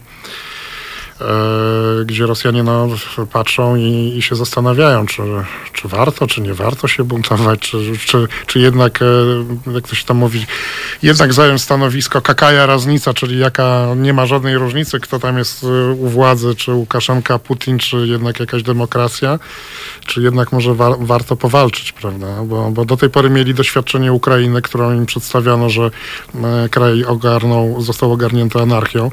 gdzie Rosjanie no, patrzą i, i się zastanawiają, czy, czy warto, czy nie warto się buntować, czy, czy, czy jednak, jak to się tam mówi, jednak zająć stanowisko kakaja raznica, czyli jaka nie ma żadnej różnicy, kto tam jest u władzy, czy Łukaszenka, Putin, czy jednak jakaś demokracja, czy jednak może wa- warto powalczyć, prawda? Bo, bo do tej pory mieli doświadczenie Ukrainy, którą im przedstawiono, że kraj ogarnął, został ogarnięty anarchią.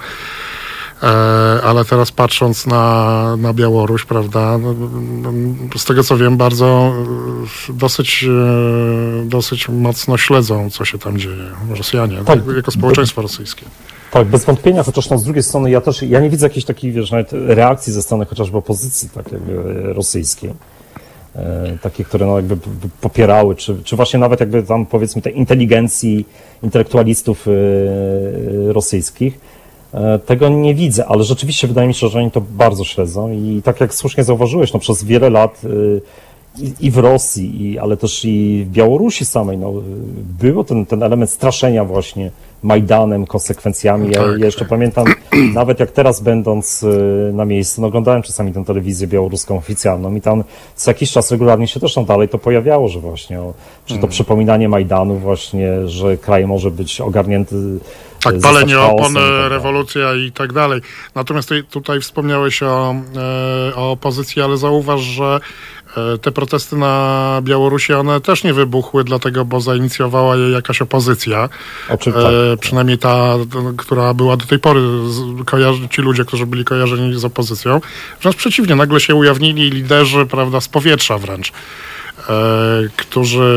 Ale teraz patrząc na, na Białoruś, prawda, z tego co wiem, bardzo dosyć, dosyć mocno śledzą, co się tam dzieje. Rosjanie, tak, jako społeczeństwo rosyjskie. Tak, bez wątpienia, chociaż no z drugiej strony ja też, ja nie widzę jakiejś takiej, wiesz, nawet reakcji ze strony chociażby opozycji tak jakby rosyjskiej. E, takie, które no jakby popierały, czy, czy właśnie nawet jakby tam powiedzmy tej inteligencji intelektualistów e, rosyjskich. Tego nie widzę, ale rzeczywiście wydaje mi się, że oni to bardzo śledzą i tak jak słusznie zauważyłeś, no przez wiele lat i, i w Rosji, i, ale też i w Białorusi samej, no, było ten, ten element straszenia właśnie Majdanem, konsekwencjami. Ja, ja jeszcze tak. pamiętam, nawet jak teraz będąc na miejscu, no oglądałem czasami tę telewizję białoruską oficjalną i tam co jakiś czas regularnie się też tam dalej to pojawiało, że właśnie, o, czy to hmm. przypominanie Majdanu właśnie, że kraj może być ogarnięty. Tak, palenie opon, tak rewolucja i tak dalej. Natomiast tutaj wspomniałeś o, o opozycji, ale zauważ, że te protesty na Białorusi, one też nie wybuchły, dlatego, bo zainicjowała je jakaś opozycja. Oczywiście, e, przynajmniej ta, która była do tej pory, kojarzy, ci ludzie, którzy byli kojarzeni z opozycją. Wręcz przeciwnie, nagle się ujawnili liderzy, prawda, z powietrza wręcz, e, którzy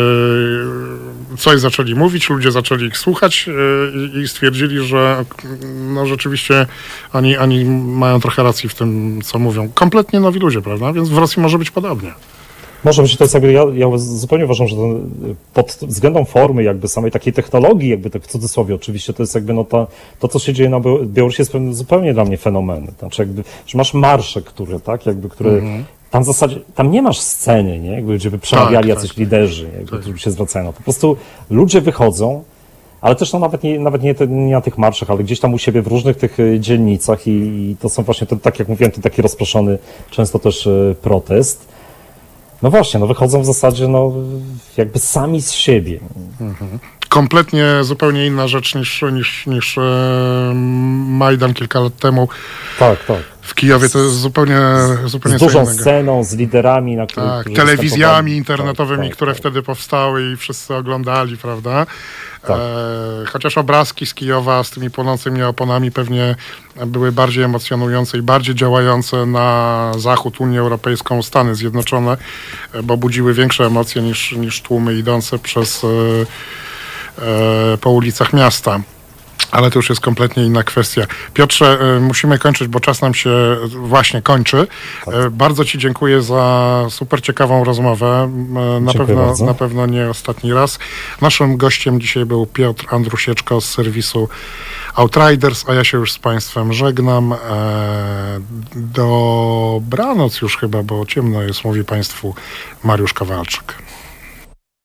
coś zaczęli mówić, ludzie zaczęli ich słuchać e, i stwierdzili, że no rzeczywiście oni, oni mają trochę racji w tym, co mówią. Kompletnie nowi ludzie, prawda? Więc w Rosji może być podobnie. Może być, to jest jakby, ja, ja zupełnie uważam, że to pod względem formy jakby samej takiej technologii, jakby tak w cudzysłowie oczywiście, to jest jakby no to, to co się dzieje na Białorusi jest zupełnie dla mnie fenomenem. Znaczy jakby, że masz marsze, które, tak, jakby, które mm-hmm. tam w zasadzie, tam nie masz sceny, nie, jakby, gdzie by przemawiali tak, jacyś tak, liderzy, jakby, tak. którzy się zwracają. Po prostu ludzie wychodzą, ale też no nawet nie, nawet nie, te, nie na tych marszach, ale gdzieś tam u siebie w różnych tych dzielnicach i, i to są właśnie, to, tak jak mówiłem, to taki rozproszony często też protest. No właśnie, no wychodzą w zasadzie no jakby sami z siebie. Mhm. Kompletnie zupełnie inna rzecz niż, niż, niż e, Majdan kilka lat temu. Tak, tak. W Kijowie to jest zupełnie, zupełnie z dużą innego. sceną, z liderami, na których... Tak, telewizjami internetowymi, tak, tak, które tak. wtedy powstały i wszyscy oglądali, prawda? Tak. E, chociaż obrazki z Kijowa z tymi płonącymi oponami pewnie były bardziej emocjonujące i bardziej działające na Zachód, Unię Europejską, Stany Zjednoczone, bo budziły większe emocje niż, niż tłumy idące przez, e, e, po ulicach miasta. Ale to już jest kompletnie inna kwestia. Piotrze, musimy kończyć, bo czas nam się właśnie kończy. Tak. Bardzo Ci dziękuję za super ciekawą rozmowę. Na pewno, na pewno nie ostatni raz. Naszym gościem dzisiaj był Piotr Andrusieczko z serwisu Outriders, a ja się już z Państwem żegnam. Dobranoc już chyba, bo ciemno jest, mówi Państwu Mariusz Kowalczyk.